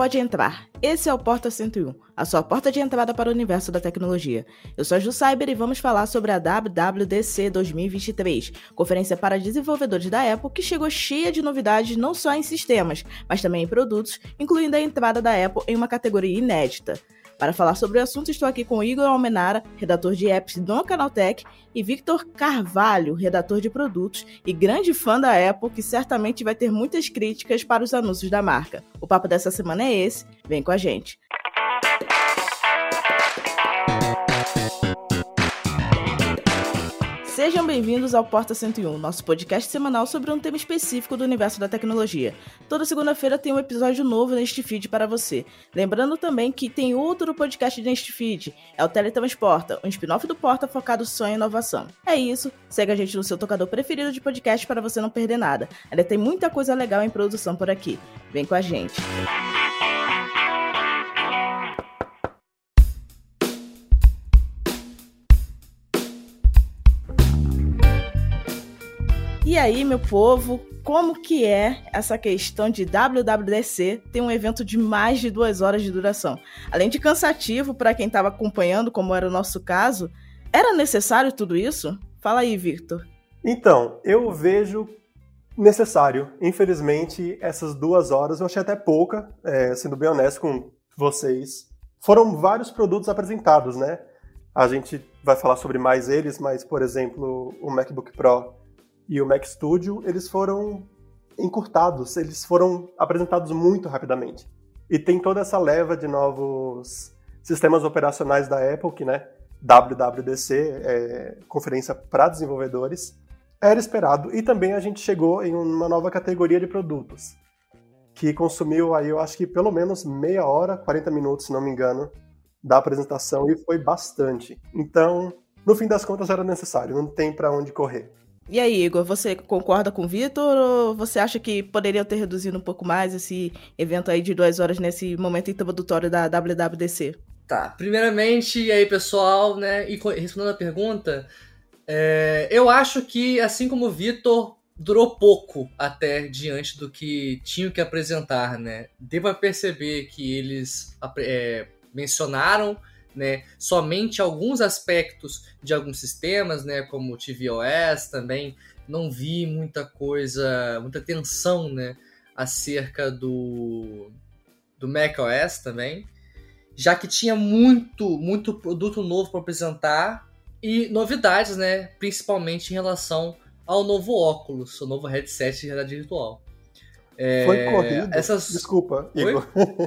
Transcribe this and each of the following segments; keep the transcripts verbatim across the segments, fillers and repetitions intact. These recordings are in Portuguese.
pode entrar. Esse é o Porta cento e um, a sua porta de entrada para o universo da tecnologia. Eu sou a Ju Cyber e vamos falar sobre a W W D C dois mil e vinte e três, conferência para desenvolvedores da Apple que chegou cheia de novidades não só em sistemas, mas também em produtos, incluindo a entrada da Apple em uma categoria inédita. Para falar sobre o assunto, estou aqui com Igor Almenara, redator de apps do Canaltech, e Victor Carvalho, redator de produtos e grande fã da Apple, que certamente vai ter muitas críticas para os anúncios da marca. O papo dessa semana é esse, vem com a gente. Sejam bem-vindos ao Porta cento e um, nosso podcast semanal sobre um tema específico do universo da tecnologia. Toda segunda-feira tem um episódio novo neste feed para você. Lembrando também que tem outro podcast neste feed, é o Teletransporta, um spin-off do Porta focado só em inovação. É isso, segue a gente no seu tocador preferido de podcast para você não perder nada. Ainda tem muita coisa legal em produção por aqui. Vem com a gente. E aí, meu povo, como que é essa questão de W W D C ter um evento de mais de duas horas de duração? Além de cansativo para quem estava acompanhando, como era o nosso caso, era necessário tudo isso? Fala aí, Victor. Então, eu vejo necessário. Infelizmente, essas duas horas eu achei até pouca, é, sendo bem honesto com vocês. Foram vários produtos apresentados, né? A gente vai falar sobre mais eles, mas, por exemplo, o MacBook Pro e o Mac Studio, eles foram encurtados, eles foram apresentados muito rapidamente. E tem toda essa leva de novos sistemas operacionais da Apple, que, né, W W D C, é, conferência para desenvolvedores, era esperado. E também a gente chegou em uma nova categoria de produtos, que consumiu aí, eu acho que pelo menos meia hora, quarenta minutos, se não me engano, da apresentação, e foi bastante. Então, no fim das contas, era necessário, não tem para onde correr. E aí, Igor, você concorda com o Vitor ou você acha que poderiam ter reduzido um pouco mais esse evento aí de duas horas nesse momento introdutório da W W D C? Tá, primeiramente, e aí pessoal, né, e respondendo a pergunta, é, eu acho que, assim como o Vitor, durou pouco até diante do que tinham que apresentar, né? Deu pra perceber que eles é, mencionaram, né, somente alguns aspectos de alguns sistemas, né, como o tvOS também. Não vi muita coisa, muita tensão, né, acerca do, do macOS também, já que tinha muito, muito produto novo para apresentar e novidades, né, principalmente em relação ao novo óculos, o novo headset de realidade virtual. É, Foi corrido, essas... desculpa, Igor.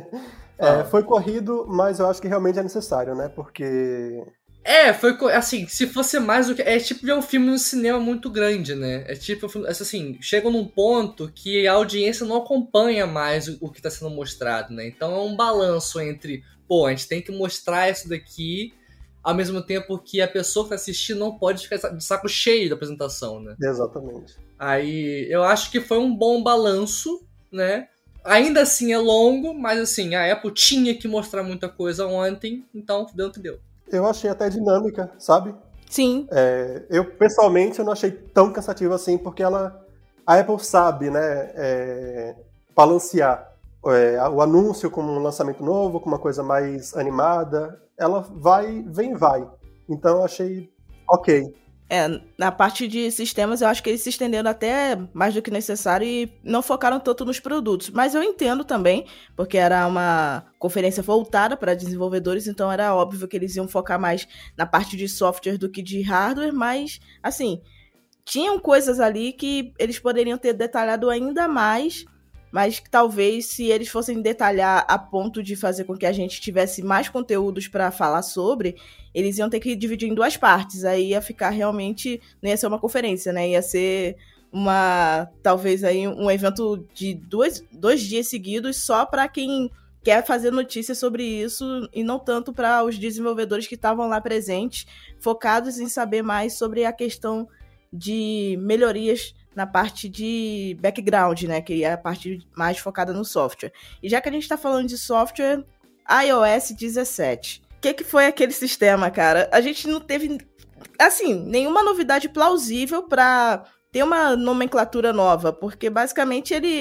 É, foi corrido, mas eu acho que realmente é necessário, né? Porque... É, foi assim, se fosse mais do que... É tipo ver um filme no cinema muito grande, né? É tipo, assim, chega num ponto que a audiência não acompanha mais o, o que está sendo mostrado, né? Então é um balanço entre, pô, a gente tem que mostrar isso daqui, ao mesmo tempo que a pessoa que está assistindo não pode ficar de saco cheio da apresentação, né? Exatamente. Aí, eu acho que foi um bom balanço, né? Ainda assim é longo, mas assim, a Apple tinha que mostrar muita coisa ontem, então deu o que deu. Eu achei até dinâmica, sabe? Sim. É, eu, pessoalmente, eu não achei tão cansativo assim, porque ela, a Apple sabe, né, é, balancear é, o anúncio com um lançamento novo, com uma coisa mais animada. Ela vai, vem e vai. Então eu achei ok. É, na parte de sistemas, eu acho que eles se estenderam até mais do que necessário e não focaram tanto nos produtos. Mas eu entendo também, porque era uma conferência voltada para desenvolvedores, então era óbvio que eles iam focar mais na parte de software do que de hardware, mas, assim, tinham coisas ali que eles poderiam ter detalhado ainda mais, mas que talvez, se eles fossem detalhar a ponto de fazer com que a gente tivesse mais conteúdos para falar sobre, eles iam ter que dividir em duas partes. Aí ia ficar realmente... Não ia ser uma conferência, né? Ia ser uma... Talvez aí um evento de dois, dois dias seguidos só para quem quer fazer notícias sobre isso e não tanto para os desenvolvedores que estavam lá presentes, focados em saber mais sobre a questão de melhorias na parte de background, né, que é a parte mais focada no software. E já que a gente está falando de software, iOS dezessete. O que, que foi aquele sistema, cara? A gente não teve, assim, nenhuma novidade plausível para ter uma nomenclatura nova, porque basicamente ele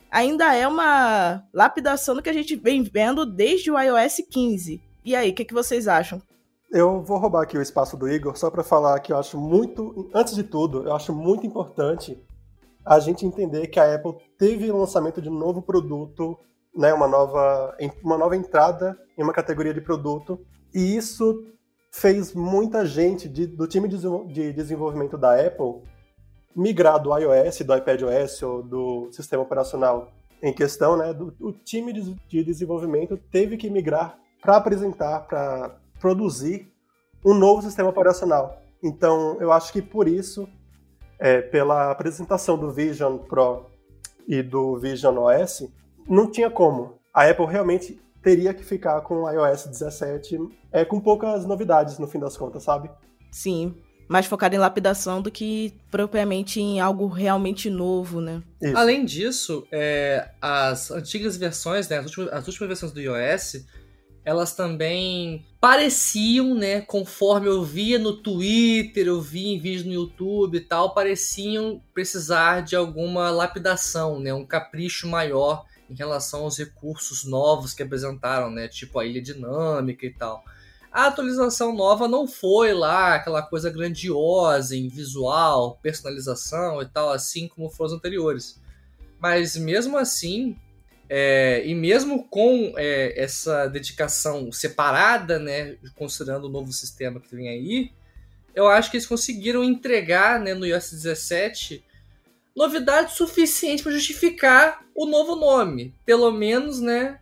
ainda é uma lapidação do que a gente vem vendo desde o iOS quinze. E aí, o que, que vocês acham? Eu vou roubar aqui o espaço do Igor só para falar que eu acho muito, antes de tudo, eu acho muito importante a gente entender que a Apple teve o lançamento de um novo produto, né, uma nova, uma nova entrada em uma categoria de produto, e isso fez muita gente de, do time de desenvolvimento da Apple migrar do iOS, do iPadOS ou do sistema operacional em questão, né, do, o time de desenvolvimento teve que migrar para apresentar, para produzir um novo sistema operacional. Então, eu acho que por isso, é, pela apresentação do Vision Pro e do Vision O S, não tinha como. A Apple realmente teria que ficar com o iOS dezessete, é, com poucas novidades, no fim das contas, sabe? Sim, mais focado em lapidação do que propriamente em algo realmente novo, né? Isso. Além disso, é, as antigas versões, né, as últimas, as últimas versões do iOS, elas também pareciam, né, conforme eu via no Twitter, eu via em vídeos no YouTube e tal, pareciam precisar de alguma lapidação, né, um capricho maior em relação aos recursos novos que apresentaram, né, tipo a ilha dinâmica e tal. A atualização nova não foi lá aquela coisa grandiosa em visual, personalização e tal, assim como foram os anteriores. Mas mesmo assim, é, e mesmo com é, essa dedicação separada, né, considerando o novo sistema que vem aí, eu acho que eles conseguiram entregar, né, no iOS dezessete novidade suficiente para justificar o novo nome. Pelo menos, né,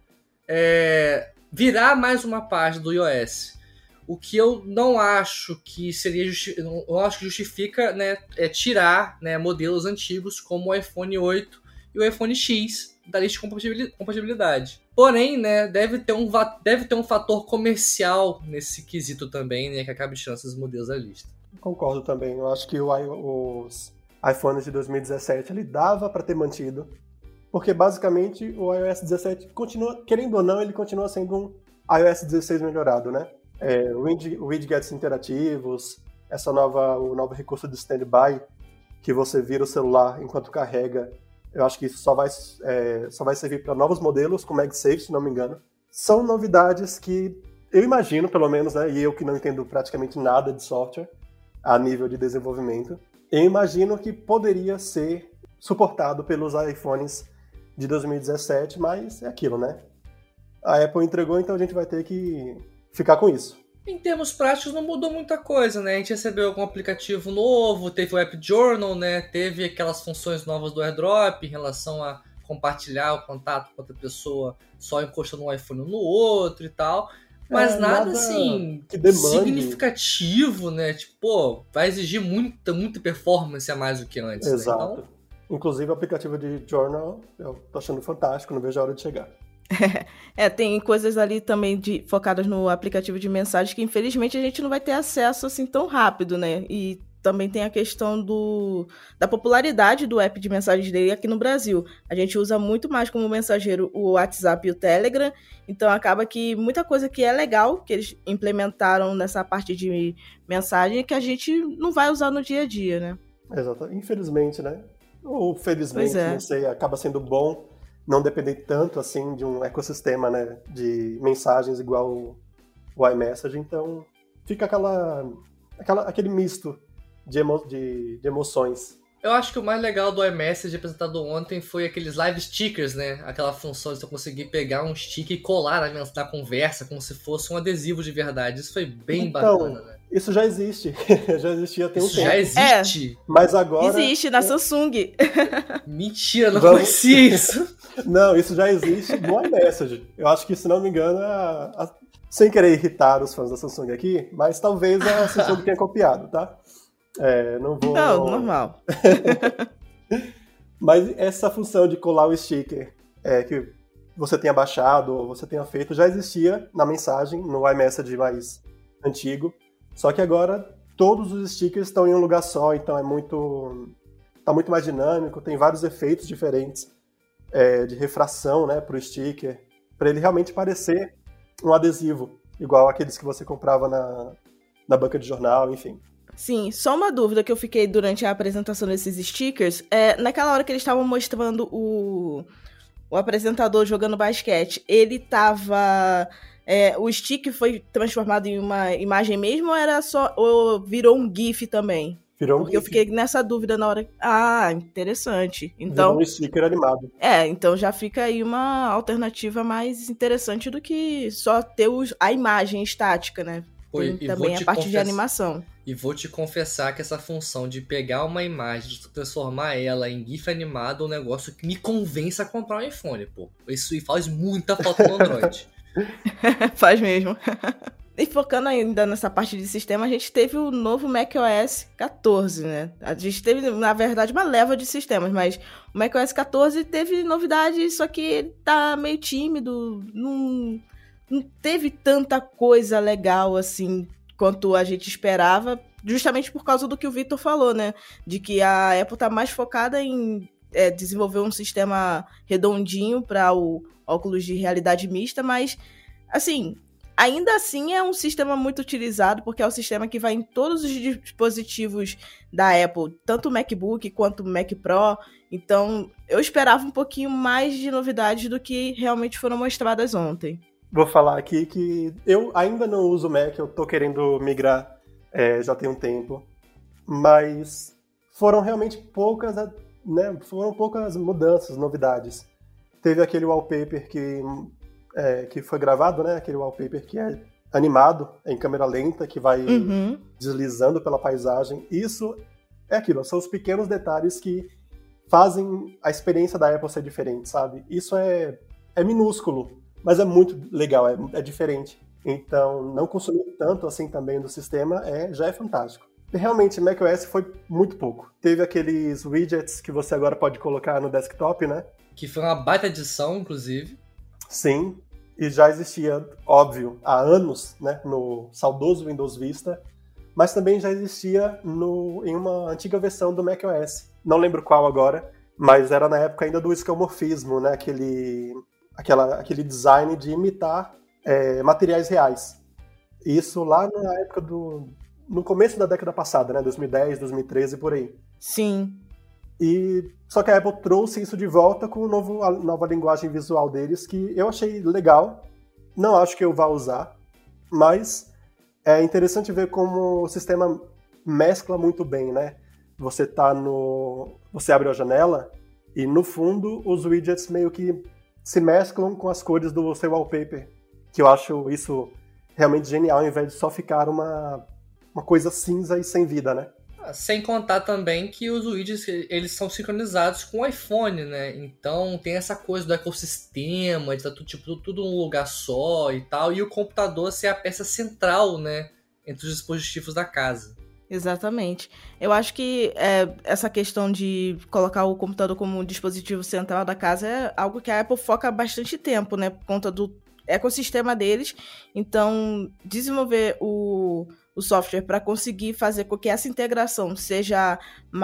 é, virar mais uma página do iOS. O que eu não acho que seria justi- eu acho que justifica, né, é tirar, né, modelos antigos como o iPhone oito e o iPhone X da lista de compatibilidade. Porém, né, deve ter um, deve ter um fator comercial nesse quesito também, né, que acaba tirando esses modelos da lista. Concordo também. Eu acho que o, os iPhones de dois mil e dezessete ele dava para ter mantido, porque basicamente o iOS dezessete continua, querendo ou não, ele continua sendo um iOS dezesseis melhorado, né? É, widgets interativos, essa nova, o novo recurso de standby, que você vira o celular enquanto carrega. Eu acho que isso só vai, é, só vai servir para novos modelos, com MagSafe, se não me engano. São novidades que eu imagino, pelo menos, né, e eu que não entendo praticamente nada de software a nível de desenvolvimento, eu imagino que poderia ser suportado pelos iPhones de dois mil e dezessete, mas é aquilo, né? A Apple entregou, então a gente vai ter que ficar com isso. Em termos práticos, não mudou muita coisa, né? A gente recebeu algum aplicativo novo, teve o App Journal, né? Teve aquelas funções novas do AirDrop em relação a compartilhar o contato com outra pessoa só encostando um iPhone no outro e tal. Mas é, nada, nada assim significativo, né? Tipo, pô, vai exigir muita, muita performance a mais do que antes. Exato. Né? Então... Inclusive o aplicativo de Journal, eu tô achando fantástico, não vejo a hora de chegar. É, tem coisas ali também de, focadas no aplicativo de mensagens que infelizmente a gente não vai ter acesso assim tão rápido, né? E também tem a questão do, da popularidade do app de mensagens dele aqui no Brasil. A gente usa muito mais como mensageiro o WhatsApp e o Telegram, então acaba que muita coisa que é legal, que eles implementaram nessa parte de mensagem, que a gente não vai usar no dia a dia, né? Exato, infelizmente, né? Ou felizmente, é. não sei, acaba sendo bom não depender tanto, assim, de um ecossistema, né, de mensagens igual o, o iMessage, então fica aquela, aquela, aquele misto de, emo, de, de emoções. Eu acho que o mais legal do iMessage apresentado ontem foi aqueles live stickers, né, aquela função de você conseguir pegar um sticker e colar na, na conversa como se fosse um adesivo de verdade. Isso foi bem então, bacana, né? Isso já existe, já existia tem um Isso tempo. já existe? É, mas agora... Existe, na Samsung. Mentira, não Vamos... conhecia isso. Não, isso já existe no iMessage. Eu acho que, se não me engano, a... A... sem querer irritar os fãs da Samsung aqui, mas talvez a Samsung tenha copiado, tá? É, não vou... Não, normal. Mas essa função de colar o sticker é, que você tenha baixado ou você tenha feito já existia na mensagem, no iMessage mais antigo. Só que agora todos os stickers estão em um lugar só, então é muito, tá muito mais dinâmico, tem vários efeitos diferentes é, de refração, né, para o sticker, para ele realmente parecer um adesivo, igual aqueles que você comprava na, na banca de jornal, enfim. Sim, só uma dúvida que eu fiquei durante a apresentação desses stickers, é, naquela hora que eles estavam mostrando o, o apresentador jogando basquete, ele tava... É, o stick foi transformado em uma imagem mesmo ou era só ou virou um GIF também? Virou um Porque GIF. eu fiquei nessa dúvida na hora. Ah, interessante. Então, virou um sticker animado. É, então já fica aí uma alternativa mais interessante do que só ter os, a imagem estática, né? Tem Oi, também a parte confess... de animação. E vou te confessar que essa função de pegar uma imagem, de transformar ela em GIF animado é um negócio que me convence a comprar um iPhone, pô. Isso faz muita falta no Android. Faz mesmo. E focando ainda nessa parte de sistema, a gente teve o novo macOS quatorze, né? A gente teve, na verdade, uma leva de sistemas, mas o macOS quatorze teve novidades, só que ele tá meio tímido, não, não teve tanta coisa legal, assim, quanto a gente esperava, justamente por causa do que o Vitor falou, né? De que a Apple tá mais focada em é, desenvolver um sistema redondinho para o óculos de realidade mista, mas, assim, ainda assim é um sistema muito utilizado, porque é o sistema que vai em todos os dispositivos da Apple, tanto o MacBook quanto o Mac Pro. Então, eu esperava um pouquinho mais de novidades do que realmente foram mostradas ontem. Vou falar aqui que eu ainda não uso Mac, eu tô querendo migrar é, já tem um tempo, mas foram realmente poucas, né, foram poucas mudanças, novidades. Teve aquele wallpaper que, é, que foi gravado, né? Aquele wallpaper que é animado, em câmera lenta, que vai uhum. deslizando pela paisagem. Isso é aquilo, são os pequenos detalhes que fazem a experiência da Apple ser diferente, sabe? Isso é, é minúsculo, mas é muito legal, é, é diferente. Então, não consumir tanto assim também do sistema é, já é fantástico. E realmente, macOS foi muito pouco. Teve aqueles widgets que você agora pode colocar no desktop, né? Que foi uma baita edição, inclusive. Sim, e já existia, óbvio, há anos, né, no saudoso Windows Vista, mas também já existia no, em uma antiga versão do macOS. Não lembro qual agora, mas era na época ainda do escamorfismo, né, aquele, aquela, aquele design de imitar é, materiais reais. Isso lá na época do... no começo da década passada, né, dois mil e dez, dois mil e treze, por aí. Sim. E só que a Apple trouxe isso de volta com o novo, a nova linguagem visual deles, que eu achei legal. Não acho que eu vá usar, mas é interessante ver como o sistema mescla muito bem, né? Você tá no, você abre a janela e no fundo os widgets meio que se mesclam com as cores do seu wallpaper, que eu acho isso realmente genial, ao invés de só ficar uma, uma coisa cinza e sem vida, né? Sem contar também que os widgets, eles são sincronizados com o iPhone, né? Então tem essa coisa do ecossistema, de estar tudo, tipo, tudo num lugar só e tal, e o computador ser a peça central, né, entre os dispositivos da casa. Exatamente. Eu acho que é, essa questão de colocar o computador como dispositivo central da casa é algo que a Apple foca há bastante tempo, né, por conta do ecossistema deles. Então, desenvolver o... o software para conseguir fazer com que essa integração seja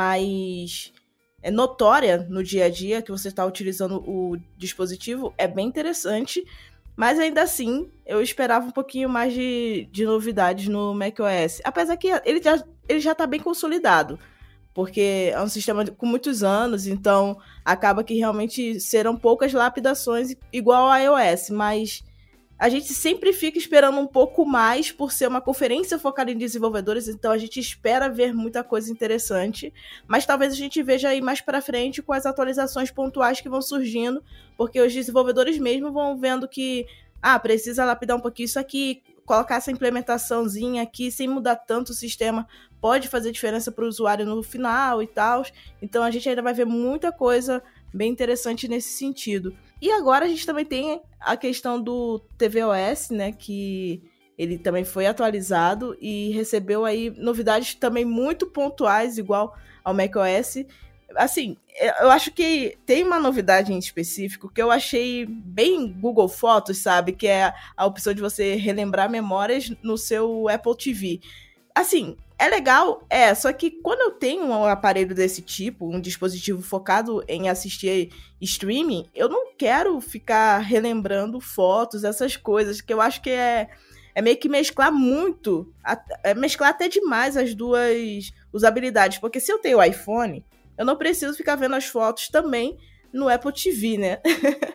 mais é, notória no dia a dia, que você está utilizando o dispositivo, é bem interessante, mas ainda assim, eu esperava um pouquinho mais de, de novidades no macOS, apesar que ele já ele já está bem consolidado, porque é um sistema com muitos anos, então acaba que realmente serão poucas lapidações igual ao iOS, mas a gente sempre fica esperando um pouco mais por ser uma conferência focada em desenvolvedores, então a gente espera ver muita coisa interessante, mas talvez a gente veja aí mais pra frente com as atualizações pontuais que vão surgindo, porque os desenvolvedores mesmo vão vendo que, ah, precisa lapidar um pouquinho isso aqui, colocar essa implementaçãozinha aqui sem mudar tanto o sistema, pode fazer diferença para o usuário no final e tal, então a gente ainda vai ver muita coisa bem interessante nesse sentido. E agora a gente também tem a questão do tvOS, né, que ele também foi atualizado e recebeu aí novidades também muito pontuais, igual ao macOS. Assim, eu acho que tem uma novidade em específico que eu achei bem Google Fotos, sabe? Que é a opção de você relembrar memórias no seu Apple T V. Assim, é legal, é, só que quando eu tenho um aparelho desse tipo, um dispositivo focado em assistir streaming, eu não quero ficar relembrando fotos, essas coisas, que eu acho que é, é meio que mesclar muito, é mesclar até demais as duas usabilidades, porque se eu tenho o iPhone, eu não preciso ficar vendo as fotos também no Apple T V, né?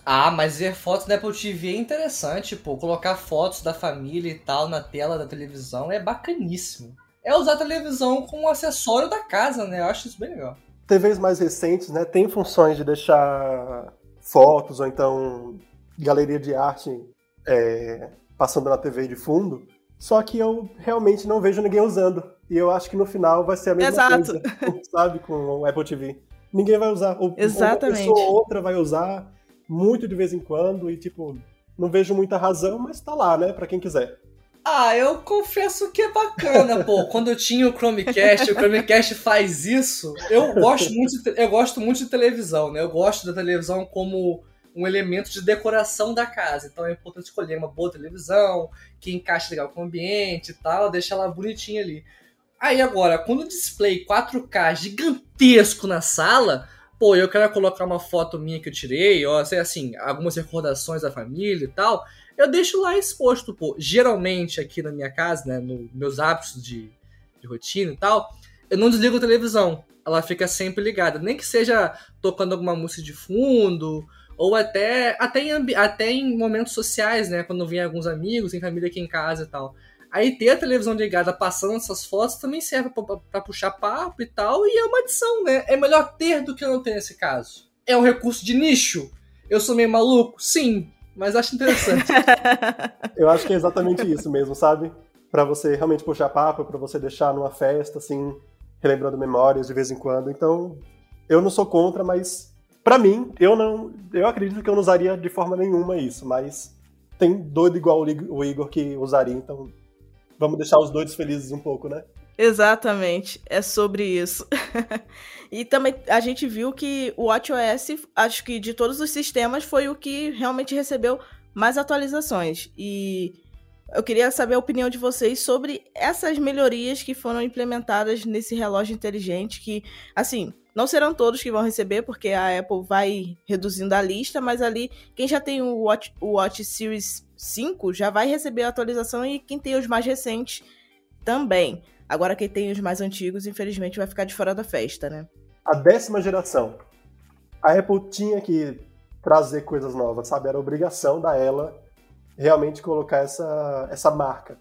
Ah, mas ver fotos da Apple T V é interessante, pô. Colocar fotos da família e tal na tela da televisão é bacaníssimo. É usar a televisão como um acessório da casa, né? Eu acho isso bem legal. T Vs mais recentes, né, tem funções de deixar fotos ou então galeria de arte é, passando na T V de fundo, só que eu realmente não vejo ninguém usando. E eu acho que no final vai ser a mesma Exato. coisa, sabe, com o Apple T V. Ninguém vai usar. Ou, Exatamente. Uma pessoa ou outra vai usar muito de vez em quando e, tipo, não vejo muita razão, mas tá lá, né, pra quem quiser. Ah, eu confesso que é bacana, pô. Quando eu tinha o Chromecast, o Chromecast faz isso. Eu gosto muito de, eu gosto muito de televisão, né? Eu gosto da televisão como um elemento de decoração da casa. Então é importante escolher uma boa televisão, que encaixe legal com o ambiente e tal, deixar ela bonitinha ali. Aí agora, quando o display quatro K gigantesco na sala, pô, eu quero colocar uma foto minha que eu tirei, ó, sei assim, algumas recordações da família e tal, eu deixo lá exposto, pô. Geralmente aqui na minha casa, né, nos meus hábitos de, de rotina e tal, eu não desligo a televisão, ela fica sempre ligada, nem que seja tocando alguma música de fundo, ou até, até, em, até em momentos sociais, né, quando vem alguns amigos, tem família aqui em casa e tal. Aí ter a televisão ligada passando essas fotos também serve pra, pra, pra puxar papo e tal, e é uma adição, né? É melhor ter do que não ter nesse caso. É um recurso de nicho? Eu sou meio maluco? Sim, mas acho interessante. Eu acho que é exatamente isso mesmo, sabe? Pra você realmente puxar papo, pra você deixar numa festa, assim, relembrando memórias de vez em quando. Então, eu não sou contra, mas pra mim, eu não, eu acredito que eu não usaria de forma nenhuma isso, mas tem doido igual o Igor que usaria, então vamos deixar os doidos felizes um pouco, né? Exatamente, é sobre isso. E também a gente viu que o WatchOS, acho que de todos os sistemas, foi o que realmente recebeu mais atualizações. E eu queria saber a opinião de vocês sobre essas melhorias que foram implementadas nesse relógio inteligente, que, assim, não serão todos que vão receber, porque a Apple vai reduzindo a lista, mas ali, quem já tem o Watch, o Watch Series cinco já vai receber a atualização, e quem tem os mais recentes também. Agora, quem tem os mais antigos, infelizmente, vai ficar de fora da festa, né? A décima geração. A Apple tinha que trazer coisas novas, sabe? Era obrigação da ela realmente colocar essa, essa marca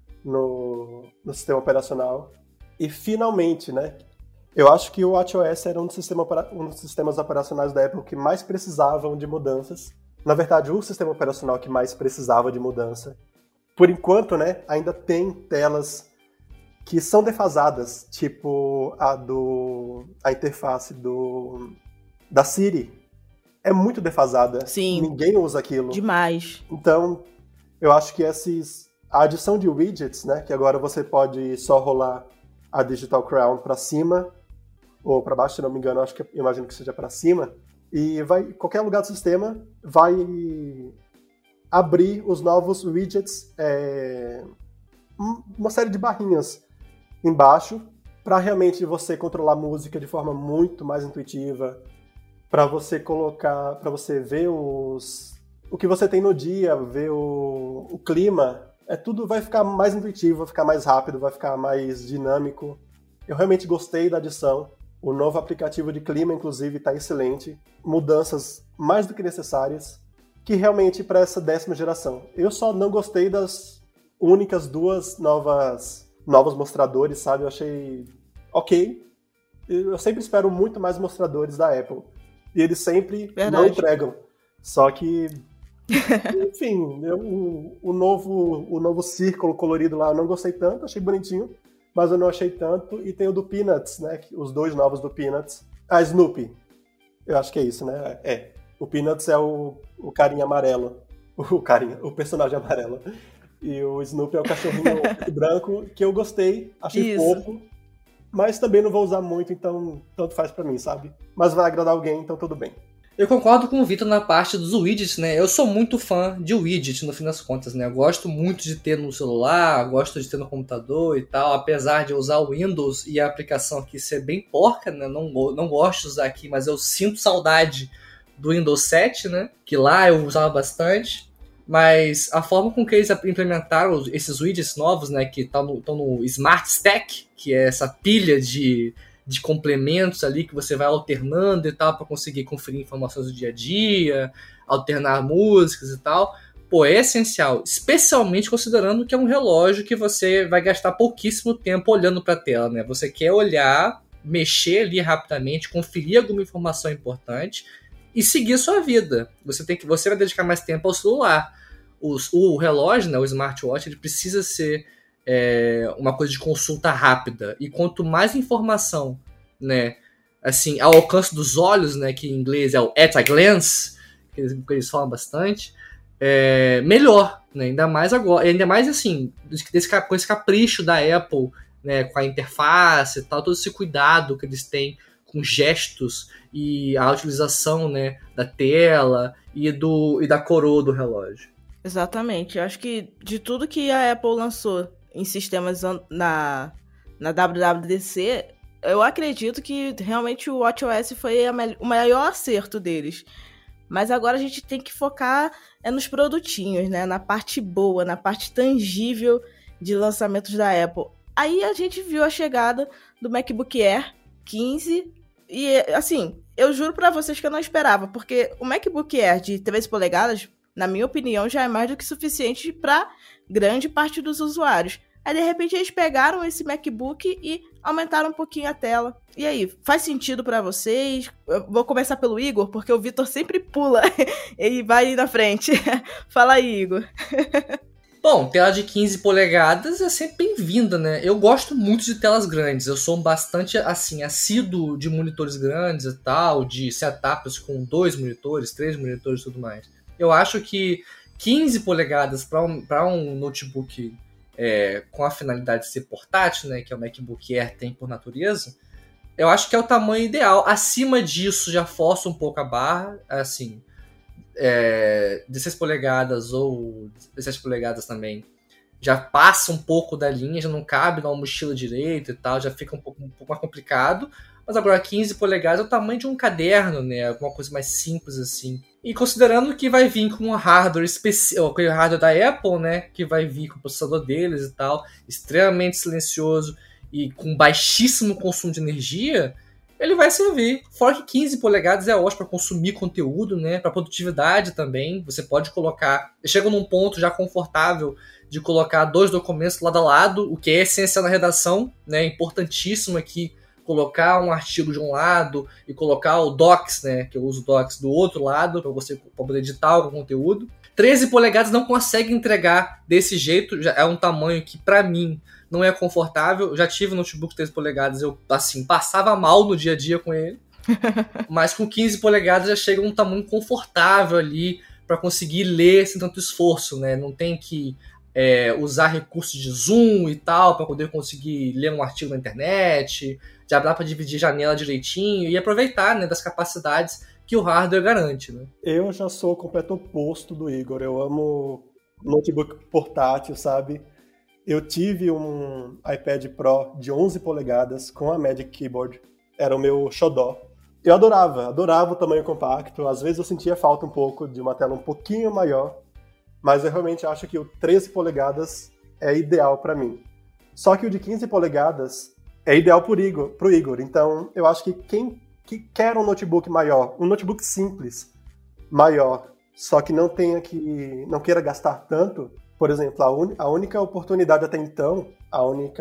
no, no sistema operacional. E, finalmente, né? Eu acho que o WatchOS era um dos, sistema, um dos sistemas operacionais da Apple que mais precisavam de mudanças. Na verdade, o sistema operacional que mais precisava de mudança. Por enquanto, né, ainda tem telas que são defasadas, tipo a do a interface do da Siri. É muito defasada. Sim. Ninguém usa aquilo. Demais. Então, eu acho que esses a adição de widgets, né, que agora você pode só rolar a Digital Crown para cima ou para baixo, se não me engano, acho que eu imagino que seja para cima. E vai, qualquer lugar do sistema vai abrir os novos widgets, é, uma série de barrinhas embaixo, para realmente você controlar a música de forma muito mais intuitiva, para você colocar, para você ver os, o que você tem no dia, ver o, o clima, é tudo vai ficar mais intuitivo, vai ficar mais rápido, vai ficar mais dinâmico. Eu realmente gostei da adição. O novo aplicativo de clima, inclusive, está excelente. Mudanças mais do que necessárias, que realmente para essa décima geração. Eu só não gostei das únicas duas novas novos mostradores, sabe? Eu achei ok. Eu sempre espero muito mais mostradores da Apple. E eles sempre Verdade. Não entregam. Só que, enfim, eu, o, o, novo, o novo círculo colorido lá eu não gostei tanto, achei bonitinho. Mas eu não achei tanto. E tem o do Peanuts, né? Os dois novos do Peanuts. Ah, Snoopy. Eu acho que é isso, né? É. O Peanuts é o, o carinha amarelo. O carinha, o personagem amarelo. E o Snoopy é o cachorrinho branco, que eu gostei. Achei isso. Fofo. Mas também não vou usar muito, então tanto faz pra mim, sabe? Mas vai agradar alguém, então tudo bem. Eu concordo com o Vitor na parte dos widgets, né? Eu sou muito fã de widget, no fim das contas, né? Eu gosto muito de ter no celular, gosto de ter no computador e tal, apesar de eu usar o Windows e a aplicação aqui ser bem porca, né? Não, não gosto de usar aqui, mas eu sinto saudade do Windows sete, né? Que lá eu usava bastante. Mas a forma com que eles implementaram esses widgets novos, né? Que estão no, no Smart Stack, que é essa pilha de de complementos ali que você vai alternando e tal para conseguir conferir informações do dia a dia, alternar músicas e tal. Pô, é essencial, especialmente considerando que é um relógio que você vai gastar pouquíssimo tempo olhando para a tela, né? Você quer olhar, mexer ali rapidamente, conferir alguma informação importante e seguir a sua vida. Você, tem que, você vai dedicar mais tempo ao celular. O, o relógio, né, o smartwatch, ele precisa ser é, uma coisa de consulta rápida. E quanto mais informação, né, assim, ao alcance dos olhos, né, que em inglês é o at a glance, que eles, que eles falam bastante, é, melhor, né? Ainda mais agora, ainda mais assim, desse, com esse capricho da Apple, né, com a interface e tal, todo esse cuidado que eles têm com gestos e a utilização, né, da tela e, do, e da coroa do relógio. Exatamente. Eu acho que de tudo que a Apple lançou em sistemas na, na W W D C, eu acredito que realmente o WatchOS foi a me- o maior acerto deles. Mas agora a gente tem que focar é nos produtinhos, né? Na parte boa, na parte tangível de lançamentos da Apple. Aí a gente viu a chegada do MacBook Air quinze e, assim, eu juro pra vocês que eu não esperava, porque o MacBook Air de treze polegadas, na minha opinião, já é mais do que suficiente pra grande parte dos usuários. Aí, de repente, eles pegaram esse MacBook e aumentaram um pouquinho a tela. E aí, faz sentido pra vocês? Eu vou começar pelo Igor, porque o Vitor sempre pula e vai na frente. Fala aí, Igor. Bom, tela de quinze polegadas é sempre bem-vinda, né? Eu gosto muito de telas grandes. Eu sou bastante, assim, assíduo de monitores grandes e tal, de setups com dois monitores, três monitores e tudo mais. Eu acho que quinze polegadas para um, para um notebook é, com a finalidade de ser portátil, né, que é o MacBook Air tem por natureza, eu acho que é o tamanho ideal. Acima disso já força um pouco a barra, assim, é, dezesseis polegadas ou dezessete polegadas também já passa um pouco da linha, já não cabe na mochila direito e tal, já fica um pouco, um pouco mais complicado. Mas agora quinze polegadas é o tamanho de um caderno, né? Alguma coisa mais simples assim. E considerando que vai vir com um hardware especial, com o hardware da Apple, né? Que vai vir com o processador deles e tal, extremamente silencioso e com baixíssimo consumo de energia, ele vai servir. Fora que quinze polegadas é ótimo para consumir conteúdo, né? Para produtividade também. Você pode colocar. Chega num ponto já confortável de colocar dois documentos lado a lado, o que é essencial na redação, né? Importantíssimo aqui. Colocar um artigo de um lado e colocar o Docs, né, que eu uso o Docs do outro lado, para você pra poder editar algum conteúdo. treze polegadas não consegue entregar desse jeito, já é um tamanho que, para mim, não é confortável. Eu já tive um notebook de treze polegadas, eu, assim, passava mal no dia a dia com ele. Mas com quinze polegadas já chega um tamanho confortável ali para conseguir ler sem tanto esforço, né? Não tem que é, usar recursos de zoom e tal para poder conseguir ler um artigo na internet. Já dá para dividir janela direitinho e aproveitar, né, das capacidades que o hardware garante, né? Eu já sou o completo oposto do Igor. Eu amo notebook portátil, sabe? Eu tive um iPad Pro de onze polegadas com a Magic Keyboard. Era o meu xodó. Eu adorava, adorava o tamanho compacto. Às vezes eu sentia falta um pouco de uma tela um pouquinho maior, mas eu realmente acho que o treze polegadas é ideal para mim. Só que o de quinze polegadas é ideal pro Igor, pro Igor. Então, eu acho que quem que quer um notebook maior, um notebook simples, maior, só que não tenha que, não queira gastar tanto, por exemplo, a, un, a única oportunidade até então, a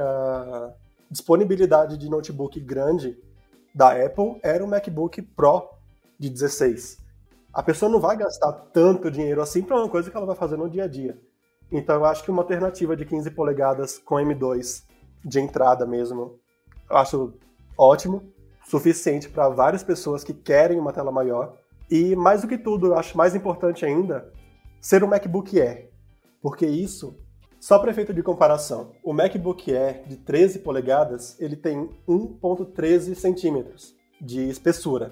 única disponibilidade de notebook grande da Apple era o MacBook Pro de dezesseis. A pessoa não vai gastar tanto dinheiro assim para uma coisa que ela vai fazer no dia a dia. Então, eu acho que uma alternativa de quinze polegadas com M dois de entrada mesmo, eu acho ótimo, suficiente para várias pessoas que querem uma tela maior. E mais do que tudo, eu acho mais importante ainda ser um MacBook Air, porque isso, só para efeito de comparação, o MacBook Air de treze polegadas, ele tem um vírgula treze centímetros de espessura.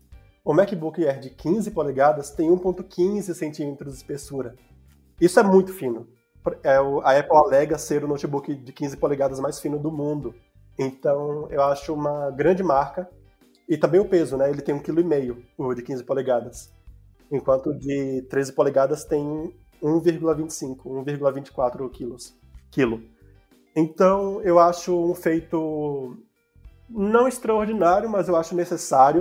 O MacBook Air de quinze polegadas tem um vírgula quinze centímetros de espessura. Isso é muito fino. A Apple alega ser o notebook de quinze polegadas mais fino do mundo. Então, eu acho uma grande marca. E também o peso, né? Ele tem um vírgula cinco quilos, o de quinze polegadas. Enquanto o de treze polegadas tem um vírgula vinte e cinco, um vírgula vinte e quatro quilos. Quilo. Então, eu acho um feito não extraordinário, mas eu acho necessário.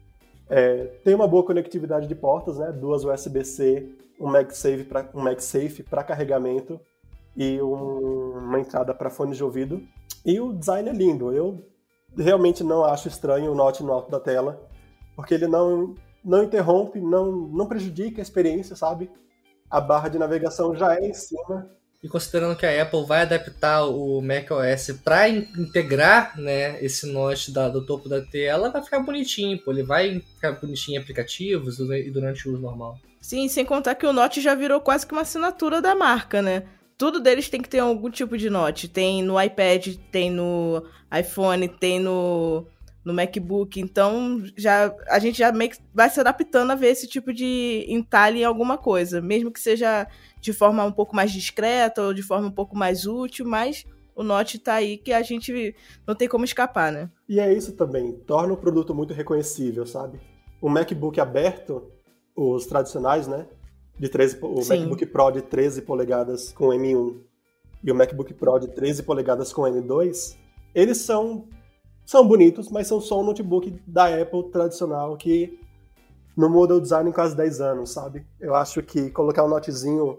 É, tem uma boa conectividade de portas, né? Duas U S B-C, um MagSafe para um MagSafe para carregamento e um, uma entrada para fone de ouvido. E o design é lindo. Eu realmente não acho estranho o Note no alto da tela, porque ele não, não interrompe, não, não prejudica a experiência, sabe? A barra de navegação já é em cima. E considerando que a Apple vai adaptar o macOS para integrar, né, esse notch da, do topo da tela, vai ficar bonitinho, pô. Ele vai ficar bonitinho em aplicativos e durante o uso normal. Sim, sem contar que o Note já virou quase que uma assinatura da marca, né? Tudo deles tem que ter algum tipo de Note. Tem no iPad, tem no iPhone, tem no, no MacBook. Então, já, a gente já meio que vai se adaptando a ver esse tipo de entalhe em alguma coisa. Mesmo que seja de forma um pouco mais discreta ou de forma um pouco mais útil, mas o Note tá aí que a gente não tem como escapar, né? E é isso também, torna o produto muito reconhecível, sabe? O MacBook aberto, os tradicionais, né? De treze, o Sim. MacBook Pro de treze polegadas com M um e o MacBook Pro de treze polegadas com M dois, eles são, são bonitos, mas são só um notebook da Apple tradicional que não muda o design em quase dez anos, sabe? Eu acho que colocar um notezinho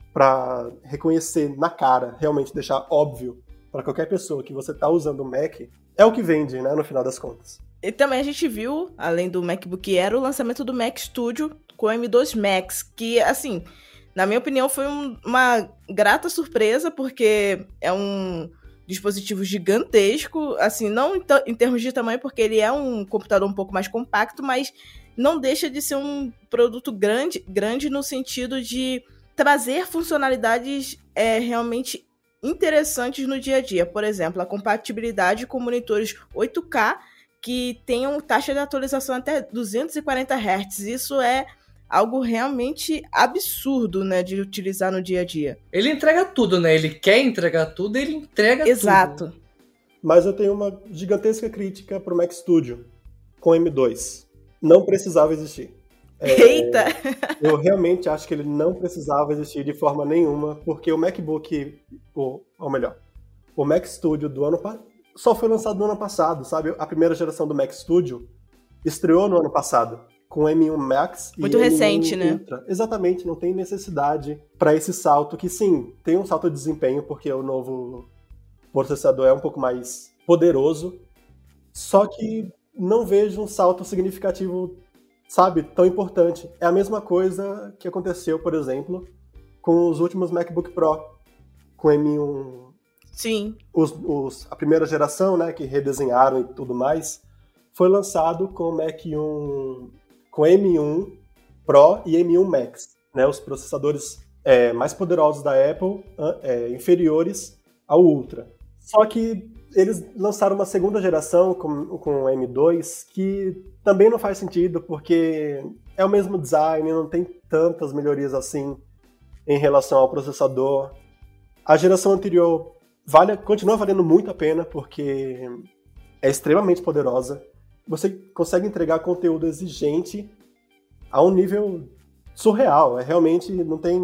para reconhecer na cara, realmente deixar óbvio para qualquer pessoa que você está usando o Mac, é o que vende, né, no final das contas. E também a gente viu, além do MacBook Air, o lançamento do Mac Studio com o M dois Max, que, assim, na minha opinião, foi um, uma grata surpresa, porque é um dispositivo gigantesco, assim, não em, em termos de tamanho, porque ele é um computador um pouco mais compacto, mas não deixa de ser um produto grande, grande no sentido de trazer funcionalidades é, realmente interessantes no dia a dia. Por exemplo, a compatibilidade com monitores oito K que tenham taxa de atualização até duzentos e quarenta hertz. Isso é algo realmente absurdo, né, de utilizar no dia a dia. Ele entrega tudo, né? Ele quer entregar tudo, ele entrega Exato. tudo. Mas eu tenho uma gigantesca crítica pro Mac Studio com M dois. Não precisava existir. É, Eita! Eu realmente acho que ele não precisava existir de forma nenhuma, porque o MacBook, ou, ou melhor, o Mac Studio do ano passado, só foi lançado no ano passado, sabe? A primeira geração do Mac Studio estreou no ano passado, com o M um Max e Muito M um recente, Ultra. né? Exatamente, não tem necessidade para esse salto, que sim, tem um salto de desempenho, porque o novo processador é um pouco mais poderoso, só que não vejo um salto significativo, sabe, tão importante. É a mesma coisa que aconteceu, por exemplo, com os últimos MacBook Pro, com M um... Sim. Os, os, a primeira geração, né, que redesenharam e tudo mais, foi lançado com o Mac um, com M um Pro e M um Max, né, os processadores é, mais poderosos da Apple, é, inferiores ao Ultra. Só que eles lançaram uma segunda geração com, com o M dois, que também não faz sentido, porque é o mesmo design, não tem tantas melhorias assim em relação ao processador. A geração anterior vale, continua valendo muito a pena, porque é extremamente poderosa. Você consegue entregar conteúdo exigente a um nível surreal. É realmente, não tem...